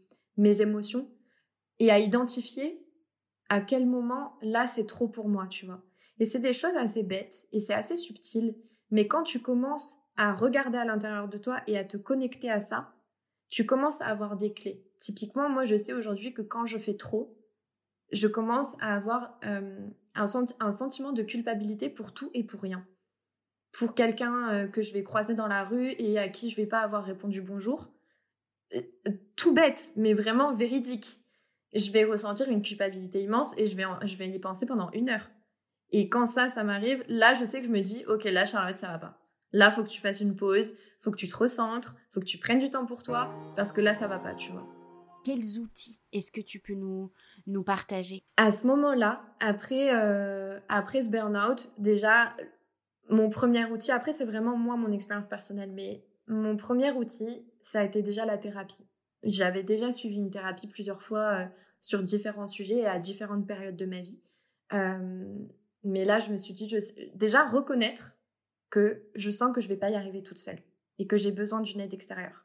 mes émotions et à identifier à quel moment, là, c'est trop pour moi, tu vois. Et c'est des choses assez bêtes et c'est assez subtil. Mais quand tu commences à regarder à l'intérieur de toi et à te connecter à ça, tu commences à avoir des clés. Typiquement, moi, je sais aujourd'hui que quand je fais trop, je commence à avoir euh, un, sent- un sentiment de culpabilité pour tout et pour rien. Pour quelqu'un euh, que je vais croiser dans la rue et à qui je vais pas avoir répondu bonjour. Euh, tout bête, mais vraiment véridique. Je vais ressentir une culpabilité immense et je vais, en- je vais y penser pendant une heure. Et quand ça, ça m'arrive, là, je sais que je me dis, ok, là, Charlotte, ça va pas. Là, faut que tu fasses une pause, faut que tu te recentres, faut que tu prennes du temps pour toi, parce que là, ça va pas, tu vois. Quels outils est-ce que tu peux nous, nous partager? À ce moment-là, après, euh, après ce burn-out, déjà, mon premier outil, après, c'est vraiment moi, mon expérience personnelle, mais mon premier outil, ça a été déjà la thérapie. J'avais déjà suivi une thérapie plusieurs fois euh, sur différents sujets et à différentes périodes de ma vie. Euh, mais là, je me suis dit, je, déjà reconnaître que je sens que je vais pas y arriver toute seule et que j'ai besoin d'une aide extérieure.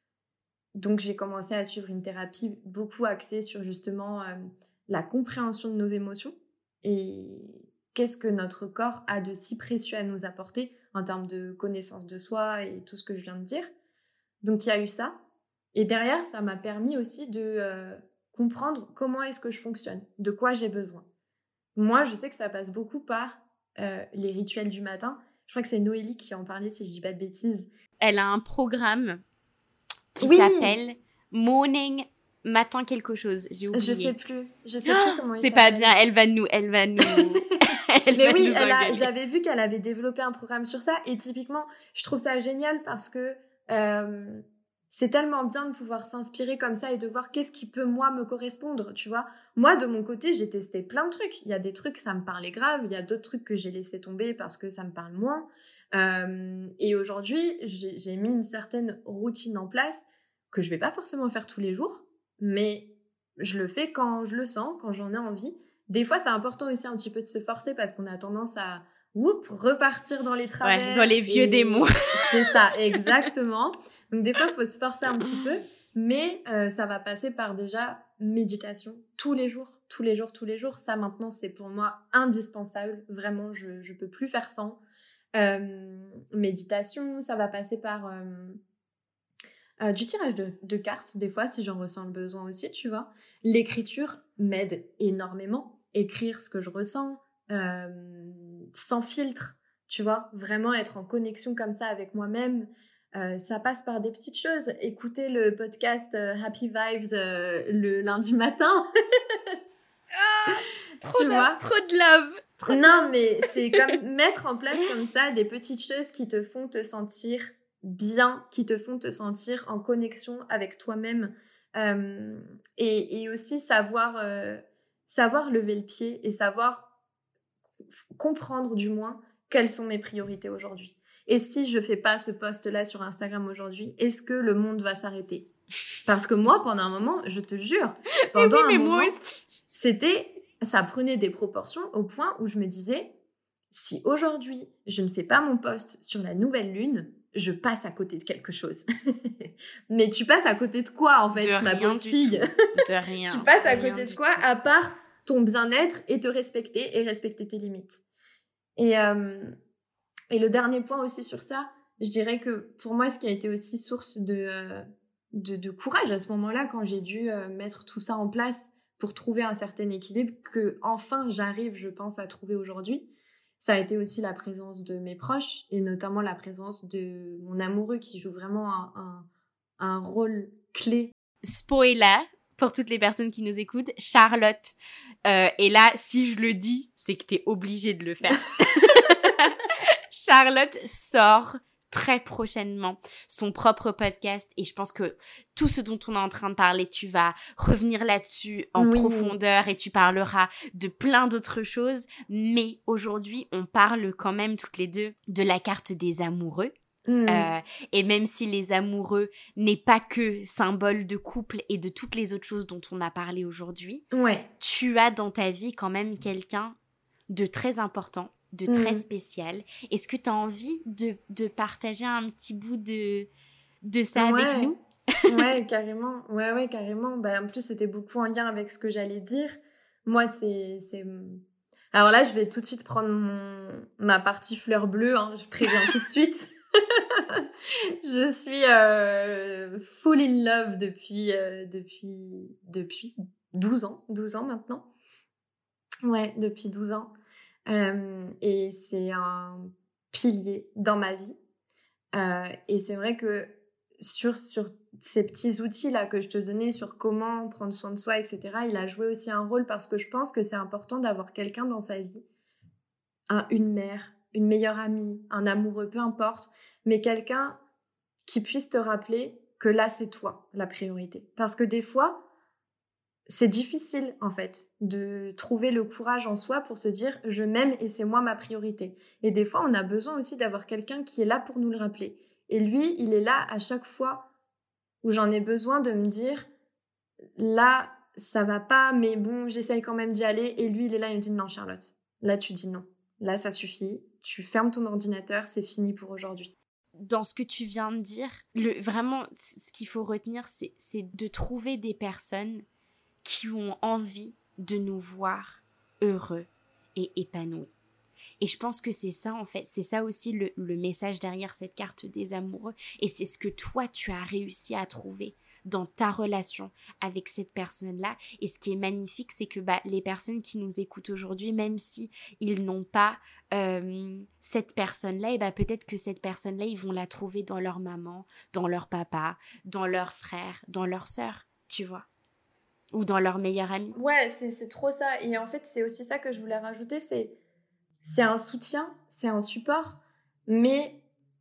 Donc, j'ai commencé à suivre une thérapie beaucoup axée sur justement euh, la compréhension de nos émotions et qu'est-ce que notre corps a de si précieux à nous apporter en termes de connaissance de soi et tout ce que je viens de dire. Donc, il y a eu ça. Et derrière, ça m'a permis aussi de euh, comprendre comment est-ce que je fonctionne, de quoi j'ai besoin. Moi, je sais que ça passe beaucoup par euh, les rituels du matin. Je crois que c'est Noélie qui en parlait, si je dis pas de bêtises. Elle a un programme qui Oui, s'appelle Morning Matin quelque chose. J'ai oublié. Je sais plus. Je sais plus comment il C'est s'appelle. pas bien. Elle va nous, elle va nous. elle Mais va oui, nous elle a, engueuler. j'avais vu qu'elle avait développé un programme sur ça et typiquement, je trouve ça génial parce que euh, c'est tellement bien de pouvoir s'inspirer comme ça et de voir qu'est-ce qui peut moi me correspondre, tu vois. Moi, de mon côté, j'ai testé plein de trucs. Il y a des trucs, ça me parlait grave. Il y a d'autres trucs que j'ai laissé tomber parce que ça me parle moins. Euh, et aujourd'hui, j'ai, j'ai mis une certaine routine en place que je vais pas forcément faire tous les jours, mais je le fais quand je le sens, quand j'en ai envie. Des fois, c'est important aussi un petit peu de se forcer parce qu'on a tendance à whoop, repartir dans les travers. Ouais, dans les vieux et... démons. C'est ça, exactement. Donc des fois, il faut se forcer un petit peu, mais euh, ça va passer par déjà méditation tous les jours, tous les jours, tous les jours. Ça, maintenant, c'est pour moi indispensable. Vraiment, je ne peux plus faire sans. Euh, méditation, ça va passer par euh, euh, du tirage de, de cartes, des fois, si j'en ressens le besoin aussi, tu vois. L'écriture m'aide énormément. Écrire ce que je ressens, euh, sans filtre, tu vois. Vraiment être en connexion comme ça avec moi-même. Euh, ça passe par des petites choses. Écouter le podcast euh, Happy Vibes euh, le lundi matin. Ah, trop, tu de, vois trop de love. Trop de non, love. mais c'est comme mettre en place comme ça des petites choses qui te font te sentir bien, qui te font te sentir en connexion avec toi-même. Euh, et, et aussi savoir, euh, savoir lever le pied et savoir comprendre du moins quelles sont mes priorités aujourd'hui. Et si je fais pas ce post-là sur Instagram aujourd'hui, est-ce que le monde va s'arrêter ? Parce que moi, pendant un moment, je te jure, pendant mais oui, mais un moment, moi aussi. c'était, ça prenait des proportions au point où je me disais, si aujourd'hui, je ne fais pas mon post sur la nouvelle lune, je passe à côté de quelque chose. Mais tu passes à côté de quoi, en fait, de ma rien pauvre fille ? De rien. Tu passes de à côté de quoi, tout. à part ton bien-être et te respecter et respecter tes limites. Et, euh, et le dernier point aussi sur ça, je dirais que pour moi, ce qui a été aussi source de, euh, de, de courage à ce moment-là, quand j'ai dû euh, mettre tout ça en place pour trouver un certain équilibre que enfin j'arrive, je pense, à trouver aujourd'hui, ça a été aussi la présence de mes proches et notamment la présence de mon amoureux qui joue vraiment un, un, un rôle clé. Spoiler, pour toutes les personnes qui nous écoutent, Charlotte. Euh, et là, si je le dis, c'est que t'es obligée de le faire. Charlotte sort très prochainement son propre podcast et je pense que tout ce dont on est en train de parler, tu vas revenir là-dessus en oui. profondeur et tu parleras de plein d'autres choses. Mais aujourd'hui, on parle quand même toutes les deux de la carte des amoureux. Mmh. Euh, et même si les amoureux n'est pas que symbole de couple et de toutes les autres choses dont on a parlé aujourd'hui, ouais. tu as dans ta vie quand même quelqu'un de très important, de très mmh. spécial. Est-ce que tu as envie de, de partager un petit bout de, de ça ouais. avec nous? Ouais, carrément. Ouais, ouais, carrément. Bah, en plus, c'était beaucoup en lien avec ce que j'allais dire. Moi, c'est... c'est... Alors là, je vais tout de suite prendre mon... ma partie fleur bleue. Hein. Je préviens tout de suite. Je suis euh, full in love depuis, euh, depuis, depuis douze ans. douze ans maintenant. Ouais, depuis douze ans. Euh, et c'est un pilier dans ma vie. Euh, et c'est vrai que sur, sur ces petits outils-là que je te donnais, sur comment prendre soin de soi, et cetera, il a joué aussi un rôle parce que je pense que c'est important d'avoir quelqu'un dans sa vie, un, une mère, une meilleure amie, un amoureux, peu importe, mais quelqu'un qui puisse te rappeler que là, c'est toi, la priorité. Parce que des fois, c'est difficile, en fait, de trouver le courage en soi pour se dire « je m'aime et c'est moi ma priorité ». Et des fois, on a besoin aussi d'avoir quelqu'un qui est là pour nous le rappeler. Et lui, il est là à chaque fois où j'en ai besoin de me dire « là, ça va pas, mais bon, j'essaye quand même d'y aller ». Et lui, il est là, il me dit « non, Charlotte, là, tu dis non. Là, ça suffit. Tu fermes ton ordinateur, c'est fini pour aujourd'hui ». Dans ce que tu viens de dire, le, vraiment, ce qu'il faut retenir, c'est, c'est de trouver des personnes qui ont envie de nous voir heureux et épanouis. Et je pense que c'est ça, en fait, c'est ça aussi le, le message derrière cette carte des amoureux. Et c'est ce que toi, tu as réussi à trouver dans ta relation avec cette personne-là. Et ce qui est magnifique, c'est que bah, les personnes qui nous écoutent aujourd'hui, même si ils n'ont pas euh, cette personne-là, et bah, peut-être que cette personne-là, ils vont la trouver dans leur maman, dans leur papa, dans leur frère, dans leur sœur, tu vois. Ou dans leur meilleur ami. Ouais, c'est, c'est trop ça. Et en fait, c'est aussi ça que je voulais rajouter, c'est, c'est un soutien, c'est un support. Mais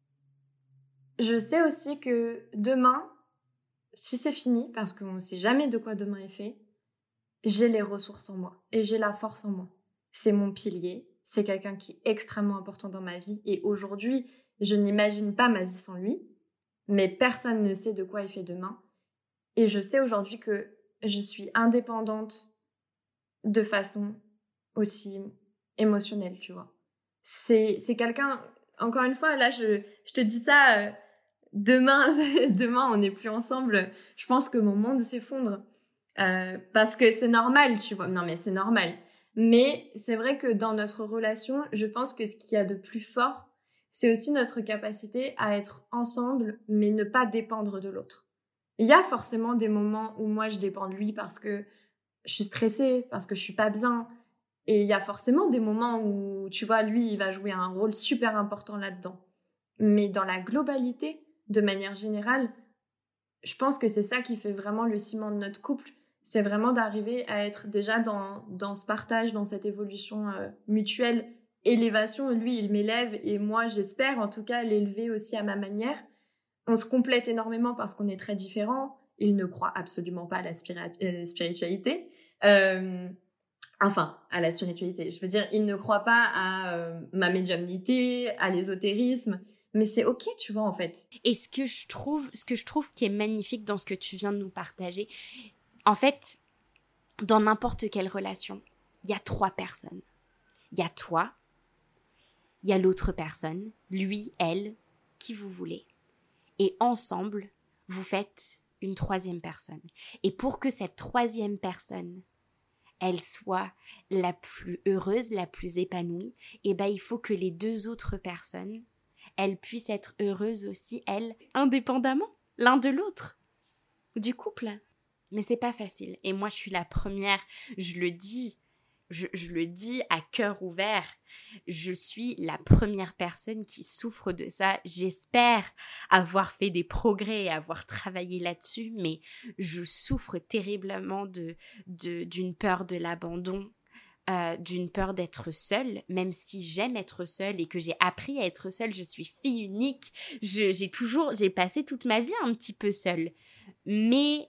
je sais aussi que demain, si c'est fini, parce qu'on ne sait jamais de quoi demain est fait, j'ai les ressources en moi et j'ai la force en moi. C'est mon pilier, c'est quelqu'un qui est extrêmement important dans ma vie. Et aujourd'hui, je n'imagine pas ma vie sans lui, mais personne ne sait de quoi il fait demain. Et je sais aujourd'hui que je suis indépendante de façon aussi émotionnelle, tu vois. c'est, c'est quelqu'un... Encore une fois, là, je, je te dis ça, euh, demain, demain, on n'est plus ensemble. Je pense que mon monde s'effondre. Euh, parce que c'est normal, tu vois. Non, mais c'est normal. Mais c'est vrai que dans notre relation, je pense que ce qu'il y a de plus fort, c'est aussi notre capacité à être ensemble, mais ne pas dépendre de l'autre. Il y a forcément des moments où moi, je dépends de lui parce que je suis stressée, parce que je suis pas bien. Et il y a forcément des moments où, tu vois, lui, il va jouer un rôle super important là-dedans. Mais dans la globalité, de manière générale, je pense que c'est ça qui fait vraiment le ciment de notre couple. C'est vraiment d'arriver à être déjà dans, dans ce partage, dans cette évolution euh, mutuelle, élévation. Lui, il m'élève et moi, j'espère en tout cas l'élever aussi à ma manière. On se complète énormément parce qu'on est très différents. Il ne croit absolument pas à la spiri- euh, spiritualité. Euh, Enfin, à la spiritualité. Je veux dire, il ne croit pas à euh, ma médiumnité, à l'ésotérisme, mais c'est ok, tu vois, en fait. Et ce que je trouve, ce que je trouve qui est magnifique dans ce que tu viens de nous partager, en fait, dans n'importe quelle relation, il y a trois personnes. Il y a toi, il y a l'autre personne, lui, elle, qui vous voulez. Et ensemble, vous faites une troisième personne. Et pour que cette troisième personne, elle soit la plus heureuse, la plus épanouie, eh ben, il faut que les deux autres personnes, elles puissent être heureuses aussi, elles, indépendamment, l'un de l'autre, du couple. Mais c'est pas facile. Et moi, je suis la première, je le dis, je, je le dis à cœur ouvert, je suis la première personne qui souffre de ça. J'espère avoir fait des progrès et avoir travaillé là-dessus, mais je souffre terriblement de, de, d'une peur de l'abandon, euh, d'une peur d'être seule, même si j'aime être seule et que j'ai appris à être seule. Je suis fille unique, je, j'ai toujours, j'ai passé toute ma vie un petit peu seule, mais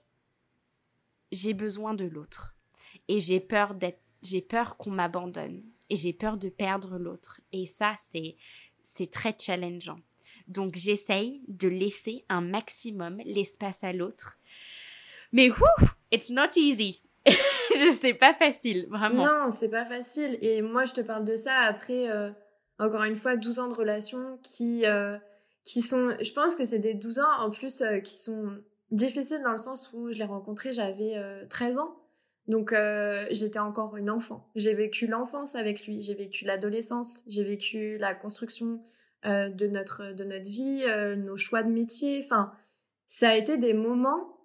j'ai besoin de l'autre et j'ai peur d'être j'ai peur qu'on m'abandonne et j'ai peur de perdre l'autre. Et ça, c'est, c'est très challengeant. Donc, j'essaye de laisser un maximum l'espace à l'autre. Mais, whoo, it's not easy. Je sais, pas facile, vraiment. Non, c'est pas facile. Et moi, je te parle de ça après, euh, encore une fois, douze ans de relation qui, euh, qui sont... Je pense que c'est des douze ans, en plus, euh, qui sont difficiles dans le sens où je l'ai rencontré, j'avais euh, treize ans. Donc, euh, j'étais encore une enfant. J'ai vécu l'enfance avec lui, j'ai vécu l'adolescence, j'ai vécu la construction euh, de, notre, de notre vie, euh, nos choix de métier. Enfin, ça a été des moments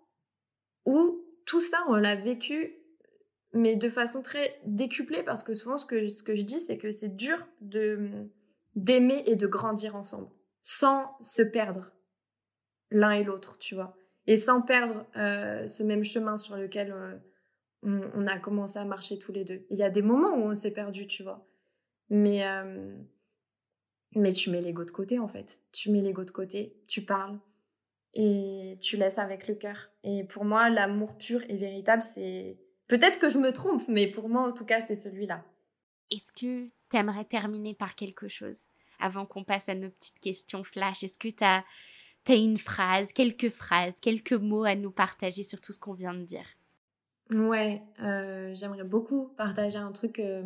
où tout ça, on l'a vécu, mais de façon très décuplée, parce que souvent, ce que, ce que je dis, c'est que c'est dur de, d'aimer et de grandir ensemble, sans se perdre l'un et l'autre, tu vois. Et sans perdre euh, ce même chemin sur lequel... Euh, On, on a commencé à marcher tous les deux. Il y a des moments où on s'est perdu, tu vois. Mais, euh, mais tu mets l'ego de côté, en fait. Tu mets l'ego de côté, tu parles et tu laisses avec le cœur. Et pour moi, l'amour pur et véritable, c'est... Peut-être que je me trompe, mais pour moi, en tout cas, c'est celui-là. Est-ce que tu aimerais terminer par quelque chose avant qu'on passe à nos petites questions flash? Est-ce que tu as une phrase, quelques phrases, quelques mots à nous partager sur tout ce qu'on vient de dire? Ouais, euh, j'aimerais beaucoup partager un truc euh,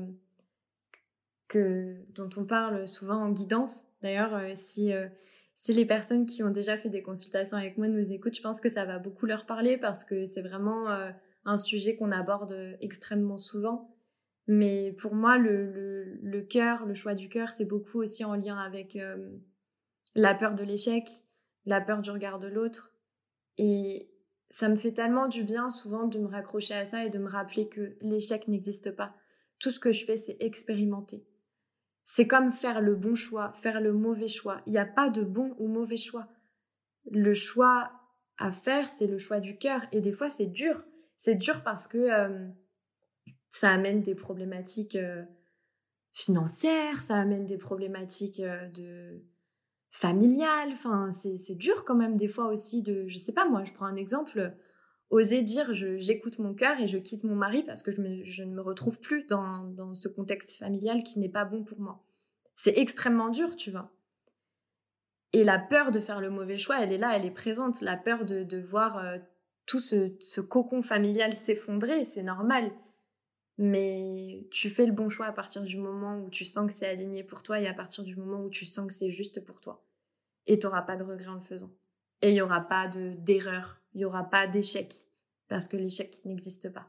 que, dont on parle souvent en guidance. D'ailleurs, euh, si, euh, si les personnes qui ont déjà fait des consultations avec moi nous écoutent, je pense que ça va beaucoup leur parler parce que c'est vraiment euh, un sujet qu'on aborde extrêmement souvent. Mais pour moi, le, le, le cœur, le choix du cœur, c'est beaucoup aussi en lien avec euh, la peur de l'échec, la peur du regard de l'autre. Et ça me fait tellement du bien souvent de me raccrocher à ça et de me rappeler que l'échec n'existe pas. Tout ce que je fais, c'est expérimenter. C'est comme faire le bon choix, faire le mauvais choix. Il n'y a pas de bon ou mauvais choix. Le choix à faire, c'est le choix du cœur. Et des fois, c'est dur. C'est dur parce que euh, ça amène des problématiques euh, financières, ça amène des problématiques euh, de familiales. Enfin, c'est, c'est dur quand même des fois aussi de... Je sais pas, moi, je prends un exemple... Oser dire je, j'écoute mon cœur et je quitte mon mari parce que je, me, je ne me retrouve plus dans, dans ce contexte familial qui n'est pas bon pour moi. C'est extrêmement dur, tu vois. Et la peur de faire le mauvais choix, elle est là, elle est présente. La peur de, de voir euh, tout ce, ce cocon familial s'effondrer, c'est normal. Mais tu fais le bon choix à partir du moment où tu sens que c'est aligné pour toi et à partir du moment où tu sens que c'est juste pour toi. Et tu n'auras pas de regret en le faisant. Et il n'y aura pas de, d'erreur, il n'y aura pas d'échec, parce que l'échec n'existe pas.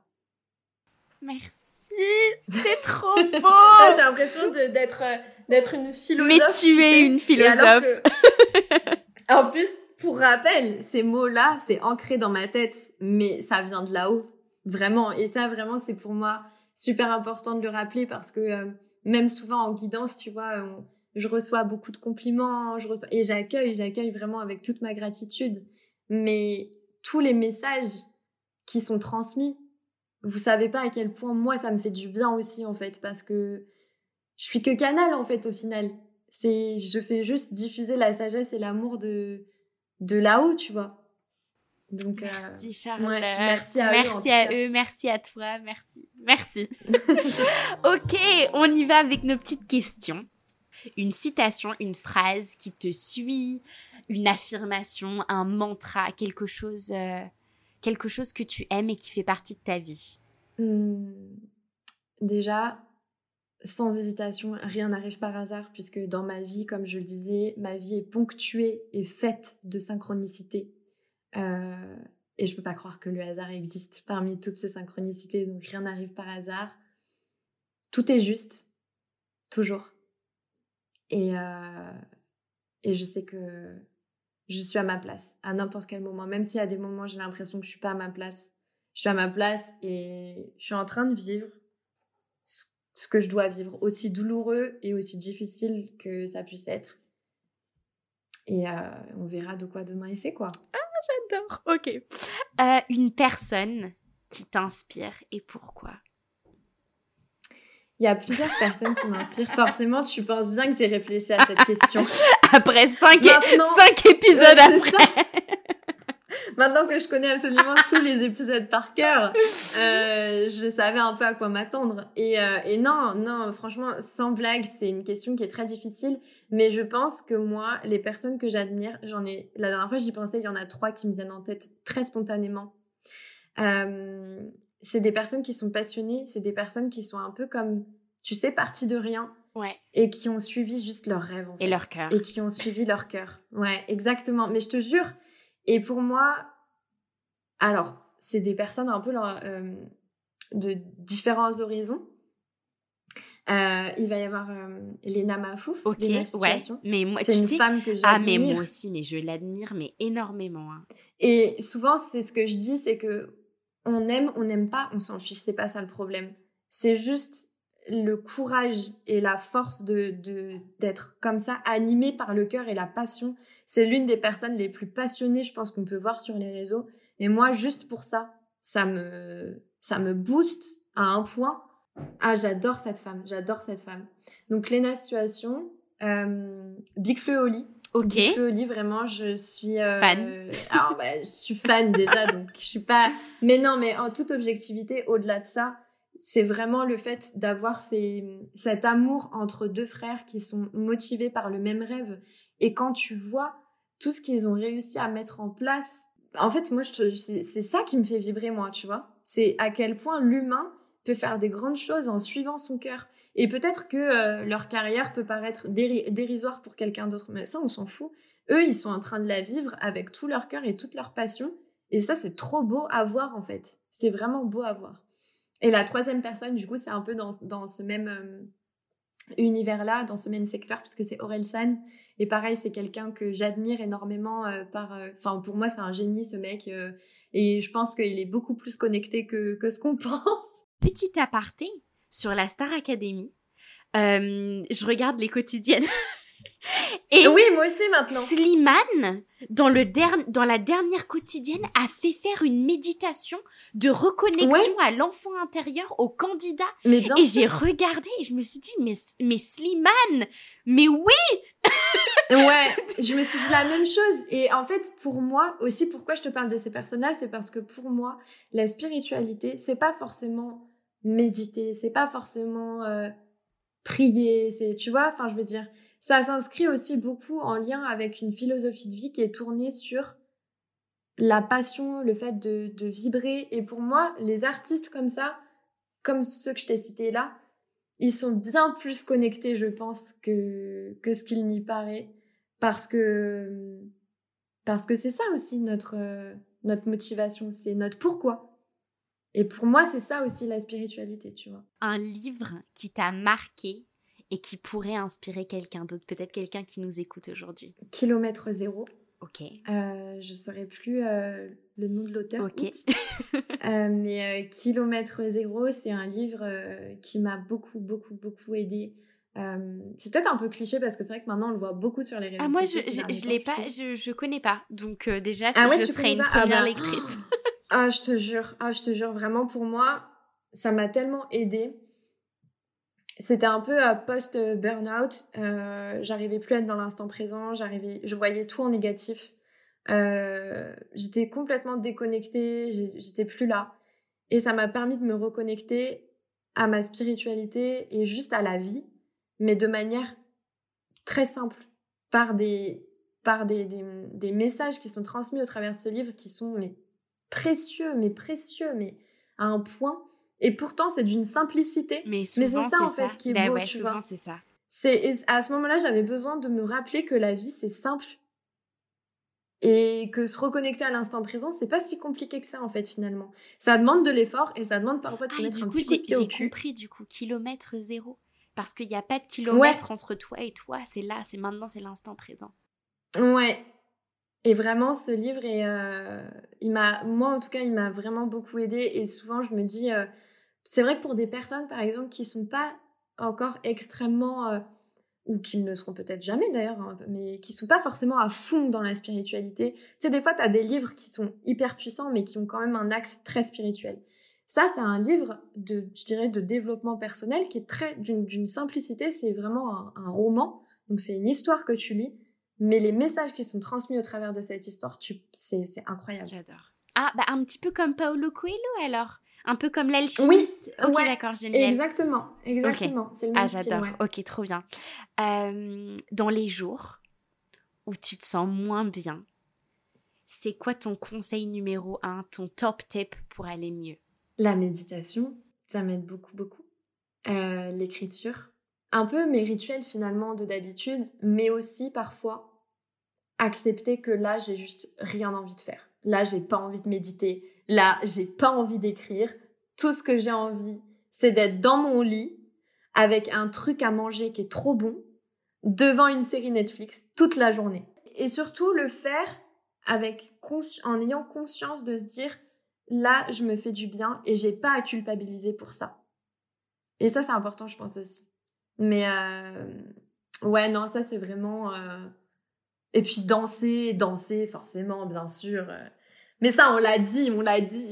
Merci, c'était trop beau. J'ai l'impression de, d'être, d'être une philosophe. Mais tu, tu es sais, une philosophe. Que... en plus, pour rappel, ces mots-là, c'est ancré dans ma tête, mais ça vient de là-haut, vraiment. Et ça, vraiment, c'est pour moi super important de le rappeler parce que euh, même souvent en guidance, tu vois, on, je reçois beaucoup de compliments, je reçois, et j'accueille, j'accueille vraiment avec toute ma gratitude. Mais tous les messages qui sont transmis, vous savez pas à quel point moi ça me fait du bien aussi en fait, parce que je suis que canal en fait au final. C'est, je fais juste diffuser la sagesse et l'amour de de là-haut, tu vois. Donc merci euh, Charlotte, ouais, merci à merci eux, à eux, merci à toi, merci, merci. Ok, on y va avec nos petites questions. Une citation, une phrase qui te suit, une affirmation, un mantra, quelque chose, euh, quelque chose que tu aimes et qui fait partie de ta vie. Mmh. Déjà, sans hésitation, rien n'arrive par hasard, puisque dans ma vie, comme je le disais, ma vie est ponctuée et faite de synchronicité. Euh, et je peux pas croire que le hasard existe parmi toutes ces synchronicités, donc rien n'arrive par hasard. Tout est juste, toujours. Et, euh, et je sais que je suis à ma place, à n'importe quel moment. Même s'il y a des moments où j'ai l'impression que je suis pas à ma place, je suis à ma place et je suis en train de vivre ce que je dois vivre, aussi douloureux et aussi difficile que ça puisse être. Et euh, on verra de quoi demain est fait, quoi. Ah, j'adore. Ok. Euh, une personne qui t'inspire et pourquoi? Il y a plusieurs personnes qui m'inspirent. Forcément, tu penses bien que j'ai réfléchi à cette question. Après cinq, Maintenant, é- cinq épisodes euh, après. Maintenant que je connais absolument tous les épisodes par cœur, euh, je savais un peu à quoi m'attendre. Et, euh, et non, non, franchement, sans blague, c'est une question qui est très difficile. Mais je pense que moi, les personnes que j'admire, j'en ai, la dernière fois j'y pensais, il y en a trois qui me viennent en tête très spontanément. Euh, c'est des personnes qui sont passionnées, c'est des personnes qui sont un peu comme, tu sais, parties de rien. Ouais. Et qui ont suivi juste leurs rêves, en fait. Et leur cœur. Et qui ont suivi leur cœur. Ouais, exactement. Mais je te jure, et pour moi, alors, c'est des personnes un peu euh, de différents horizons. Euh, il va y avoir euh, Léna Mafouf, ok, Léna Situation. Ouais, mais moi, c'est tu une sais, femme que j'admire. Ah, mais moi aussi, mais je l'admire, mais énormément. Hein. Et souvent, c'est ce que je dis, c'est que on aime, on n'aime pas, on s'en fiche, c'est pas ça le problème. C'est juste le courage et la force de, de, d'être comme ça, animé par le cœur et la passion. C'est l'une des personnes les plus passionnées, je pense, qu'on peut voir sur les réseaux. Et moi, juste pour ça, ça me, ça me booste à un point. Ah, j'adore cette femme, j'adore cette femme. Donc, Léna Situation, euh, Big Flo et Oli. Ok. Big Flo et Oli, vraiment, je suis... Euh, fan. Alors, bah, je suis fan déjà, donc je suis pas... Mais non, mais en toute objectivité, au-delà de ça, c'est vraiment le fait d'avoir ces, cet amour entre deux frères qui sont motivés par le même rêve. Et quand tu vois tout ce qu'ils ont réussi à mettre en place, en fait, moi, je te, c'est, c'est ça qui me fait vibrer, moi, tu vois. C'est à quel point l'humain peut faire des grandes choses en suivant son cœur. Et peut-être que euh, leur carrière peut paraître déri- dérisoire pour quelqu'un d'autre, mais ça, on s'en fout. Eux, ils sont en train de la vivre avec tout leur cœur et toute leur passion. Et ça, c'est trop beau à voir, en fait. C'est vraiment beau à voir. Et la troisième personne, du coup, c'est un peu dans, dans ce même euh, univers-là, dans ce même secteur, puisque c'est Orelsan. Et pareil, c'est quelqu'un que j'admire énormément euh, par... Enfin, euh, pour moi, c'est un génie, ce mec. Euh, et je pense qu'il est beaucoup plus connecté que, que ce qu'on pense. Petit aparté sur la Star Academy. Euh, je regarde les quotidiennes. Et oui, moi aussi maintenant. Slimane, dans, le der- dans la dernière quotidienne, a fait faire une méditation de reconnexion ouais. à l'enfant intérieur au candidat. Mais bien et sûr. j'ai regardé et je me suis dit, mais, mais Slimane, mais oui. Ouais, je me suis dit la même chose. Et en fait, pour moi aussi, pourquoi je te parle de ces personnes-là, c'est parce que pour moi, la spiritualité, c'est pas forcément méditer, c'est pas forcément euh, prier, c'est, tu vois, enfin, je veux dire, ça s'inscrit aussi beaucoup en lien avec une philosophie de vie qui est tournée sur la passion, le fait de, de vibrer. Et pour moi, les artistes comme ça, comme ceux que je t'ai cités là, ils sont bien plus connectés, je pense, que, que ce qu'il n'y paraît. Parce que, parce que c'est ça aussi notre, euh, notre motivation, c'est notre pourquoi. Et pour moi, c'est ça aussi la spiritualité, tu vois. Un livre qui t'a marqué et qui pourrait inspirer quelqu'un d'autre, peut-être quelqu'un qui nous écoute aujourd'hui. Kilomètre zéro. Ok. Euh, je ne saurais plus euh, le nom de l'auteur. Ok. euh, mais euh, Kilomètre zéro, c'est un livre euh, qui m'a beaucoup, beaucoup, beaucoup aidée. Euh, c'est peut-être un peu cliché parce que c'est vrai que maintenant on le voit beaucoup sur les réseaux ah, moi, sociaux. Moi, je, je, je l'ai pas, je, je connais pas. Donc, euh, déjà, ah ouais, je tu serai une pas première ah bah... lectrice. ah, je te jure, ah, je te jure, vraiment pour moi, ça m'a tellement aidée. C'était un peu euh, post-burnout. Euh, j'arrivais plus à être dans l'instant présent. J'arrivais, je voyais tout en négatif. Euh, j'étais complètement déconnectée. J'étais plus là. Et ça m'a permis de me reconnecter à ma spiritualité et juste à la vie, mais de manière très simple, par des, par des, des, des messages qui sont transmis au travers de ce livre qui sont mais, précieux, mais précieux, mais à un point. Et pourtant, c'est d'une simplicité. Mais, souvent, mais c'est ça, c'est en fait, ça. qui est bah beau, ouais, tu souvent, vois. c'est ça. C'est, à ce moment-là, j'avais besoin de me rappeler que la vie, c'est simple. Et que se reconnecter à l'instant présent, c'est pas si compliqué que ça, en fait, finalement. Ça demande de l'effort et ça demande parfois de se ah, mettre du un coup, petit coup de pied au cul. J'ai compris, du coup, kilomètre zéro. Parce qu'il n'y a pas de kilomètre ouais. entre toi et toi. C'est là, c'est maintenant, c'est l'instant présent. Ouais. Et vraiment, ce livre, est, euh, il m'a, moi, en tout cas, il m'a vraiment beaucoup aidée. Et souvent, je me dis... Euh, c'est vrai que pour des personnes, par exemple, qui sont pas encore extrêmement... Euh, ou qui ne le seront peut-être jamais d'ailleurs, hein, mais qui sont pas forcément à fond dans la spiritualité. Tu sais, des fois, tu as des livres qui sont hyper puissants, mais qui ont quand même un axe très spirituel. Ça, c'est un livre, de, je dirais, de développement personnel qui est très d'une, d'une simplicité. C'est vraiment un, un roman, donc c'est une histoire que tu lis, mais les messages qui sont transmis au travers de cette histoire, tu, c'est, c'est incroyable. J'adore. Ah, bah un petit peu comme Paulo Coelho alors. Un peu comme l'alchimiste. Oui, ok, ouais, d'accord, génial. Exactement, exactement. Okay. C'est le même ah, style, j'adore. Ouais. Ok, trop bien. Euh, dans les jours où tu te sens moins bien, c'est quoi ton conseil numéro un, ton top tip pour aller mieux? La méditation, ça m'aide beaucoup, beaucoup. Euh, l'écriture, un peu mes rituels finalement de d'habitude, mais aussi parfois accepter que là, j'ai juste rien envie de faire. Là, j'ai pas envie de méditer. Là, j'ai pas envie d'écrire. Tout ce que j'ai envie, c'est d'être dans mon lit avec un truc à manger qui est trop bon, devant une série Netflix toute la journée. Et surtout, le faire avec consci- en ayant conscience de se dire là, je me fais du bien et j'ai pas à culpabiliser pour ça. Et ça, c'est important, je pense aussi. Mais euh... ouais, non, ça, c'est vraiment... Euh... Et puis danser, danser, forcément, bien sûr. Mais ça, on l'a dit, on l'a dit.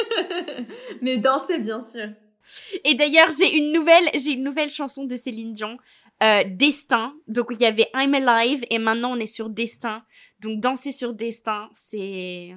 Mais danser, bien sûr. Et d'ailleurs, j'ai une nouvelle, j'ai une nouvelle chanson de Céline Dion, euh, Destin. Donc, il y avait I'm Alive et maintenant, on est sur Destin. Donc, danser sur Destin, c'est...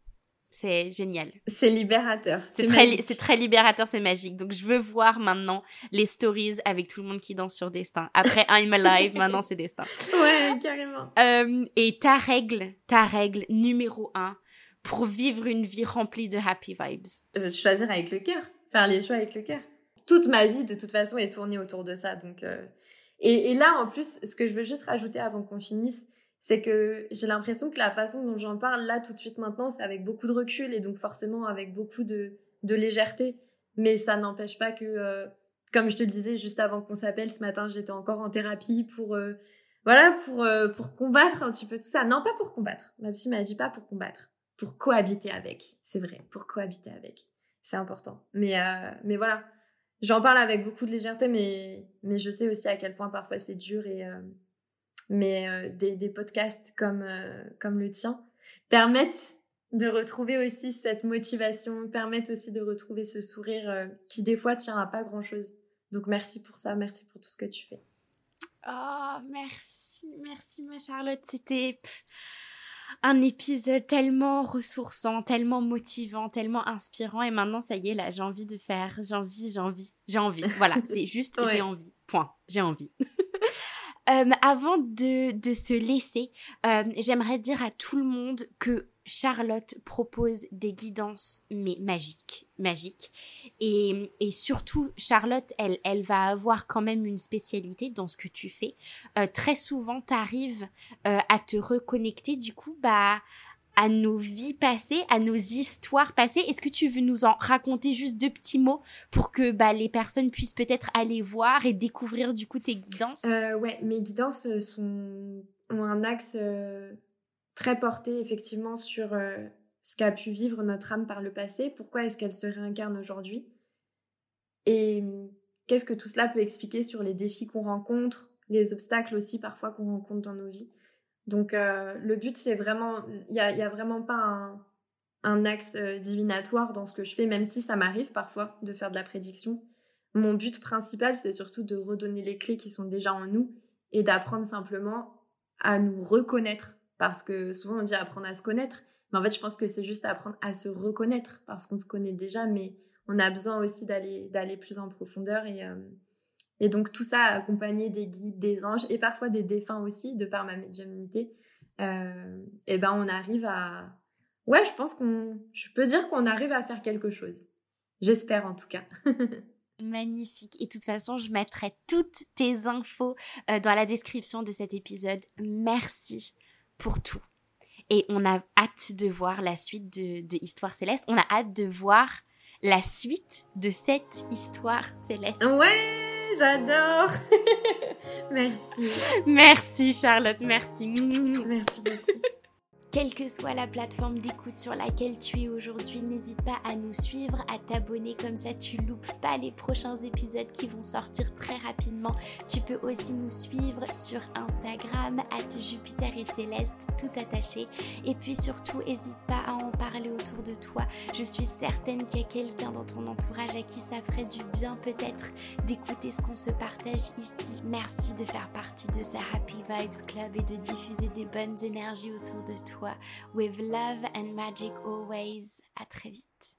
C'est génial. C'est libérateur. C'est, c'est, très, li- c'est très libérateur, c'est magique. Donc, je veux voir maintenant les stories avec tout le monde qui danse sur Destin. Après I'm Alive, maintenant, c'est Destin. Ouais, carrément. Euh, et ta règle, ta règle numéro un pour vivre une vie remplie de happy vibes? Euh, choisir avec le cœur. Faire les choix avec le cœur. Toute ma vie, de toute façon, est tournée autour de ça. Donc, euh... et, et là, en plus, ce que je veux juste rajouter avant qu'on finisse, c'est que j'ai l'impression que la façon dont j'en parle là tout de suite maintenant, c'est avec beaucoup de recul et donc forcément avec beaucoup de, de légèreté. Mais ça n'empêche pas que, euh, comme je te le disais juste avant qu'on s'appelle ce matin, j'étais encore en thérapie pour, euh, voilà, pour, euh, pour combattre un petit peu tout ça. Non, pas pour combattre. Ma psy m'a dit pas pour combattre, pour cohabiter avec. C'est vrai, pour cohabiter avec. C'est important. Mais, euh, mais voilà, j'en parle avec beaucoup de légèreté, mais, mais je sais aussi à quel point parfois c'est dur et... Euh, mais euh, des, des podcasts comme, euh, comme le tien permettent de retrouver aussi cette motivation, permettent aussi de retrouver ce sourire euh, qui des fois tient à pas grand-chose. Donc merci pour ça, merci pour tout ce que tu fais. Oh, merci, merci ma Charlotte, c'était pff, un épisode tellement ressourçant, tellement motivant, tellement inspirant et maintenant ça y est là, j'ai envie de faire, j'ai envie, j'ai envie, j'ai envie, voilà, c'est juste ouais. J'ai envie, point, j'ai envie. Euh, avant de, de se laisser, euh, j'aimerais dire à tout le monde que Charlotte propose des guidances, mais magiques, magiques. Et, et surtout, Charlotte, elle, elle va avoir quand même une spécialité dans ce que tu fais. Euh, très souvent, tu arrives euh, à te reconnecter, du coup, bah, à nos vies passées, à nos histoires passées. Est-ce que tu veux nous en raconter juste deux petits mots pour que bah, les personnes puissent peut-être aller voir et découvrir, du coup, tes guidances? euh, Ouais, mes guidances sont, ont un axe... Euh... très portée effectivement sur euh, ce qu'a pu vivre notre âme par le passé, pourquoi est-ce qu'elle se réincarne aujourd'hui et qu'est-ce que tout cela peut expliquer sur les défis qu'on rencontre, les obstacles aussi parfois qu'on rencontre dans nos vies. Donc euh, le but c'est vraiment, il n'y a, y a vraiment pas un, un axe euh, divinatoire dans ce que je fais, même si ça m'arrive parfois de faire de la prédiction. Mon but principal c'est surtout de redonner les clés qui sont déjà en nous et d'apprendre simplement à nous reconnaître. Parce que souvent on dit apprendre à se connaître, mais en fait je pense que c'est juste apprendre à se reconnaître parce qu'on se connaît déjà, mais on a besoin aussi d'aller, d'aller plus en profondeur et, euh, et donc tout ça accompagné des guides, des anges et parfois des défunts aussi, de par ma médiumnité, euh, et ben on arrive à... Ouais, je pense qu'on... Je peux dire qu'on arrive à faire quelque chose. J'espère en tout cas. Magnifique. Et de toute façon, je mettrai toutes tes infos euh, dans la description de cet épisode. Merci pour tout. Et on a hâte de voir la suite de, de Histoire Céleste. On a hâte de voir la suite de cette Histoire Céleste. Ouais, j'adore. Merci. Merci Charlotte, merci. Merci beaucoup. Quelle que soit la plateforme d'écoute sur laquelle tu es aujourd'hui, n'hésite pas à nous suivre, à t'abonner, comme ça tu loupes pas les prochains épisodes qui vont sortir très rapidement. Tu peux aussi nous suivre sur Instagram, arobase Jupiter et Céleste, tout attaché. Et puis surtout, n'hésite pas à en parler autour de toi. Je suis certaine qu'il y a quelqu'un dans ton entourage à qui ça ferait du bien peut-être d'écouter ce qu'on se partage ici. Merci de faire partie de ce Happy Vibes Club et de diffuser des bonnes énergies autour de toi. With love and magic always. À très vite.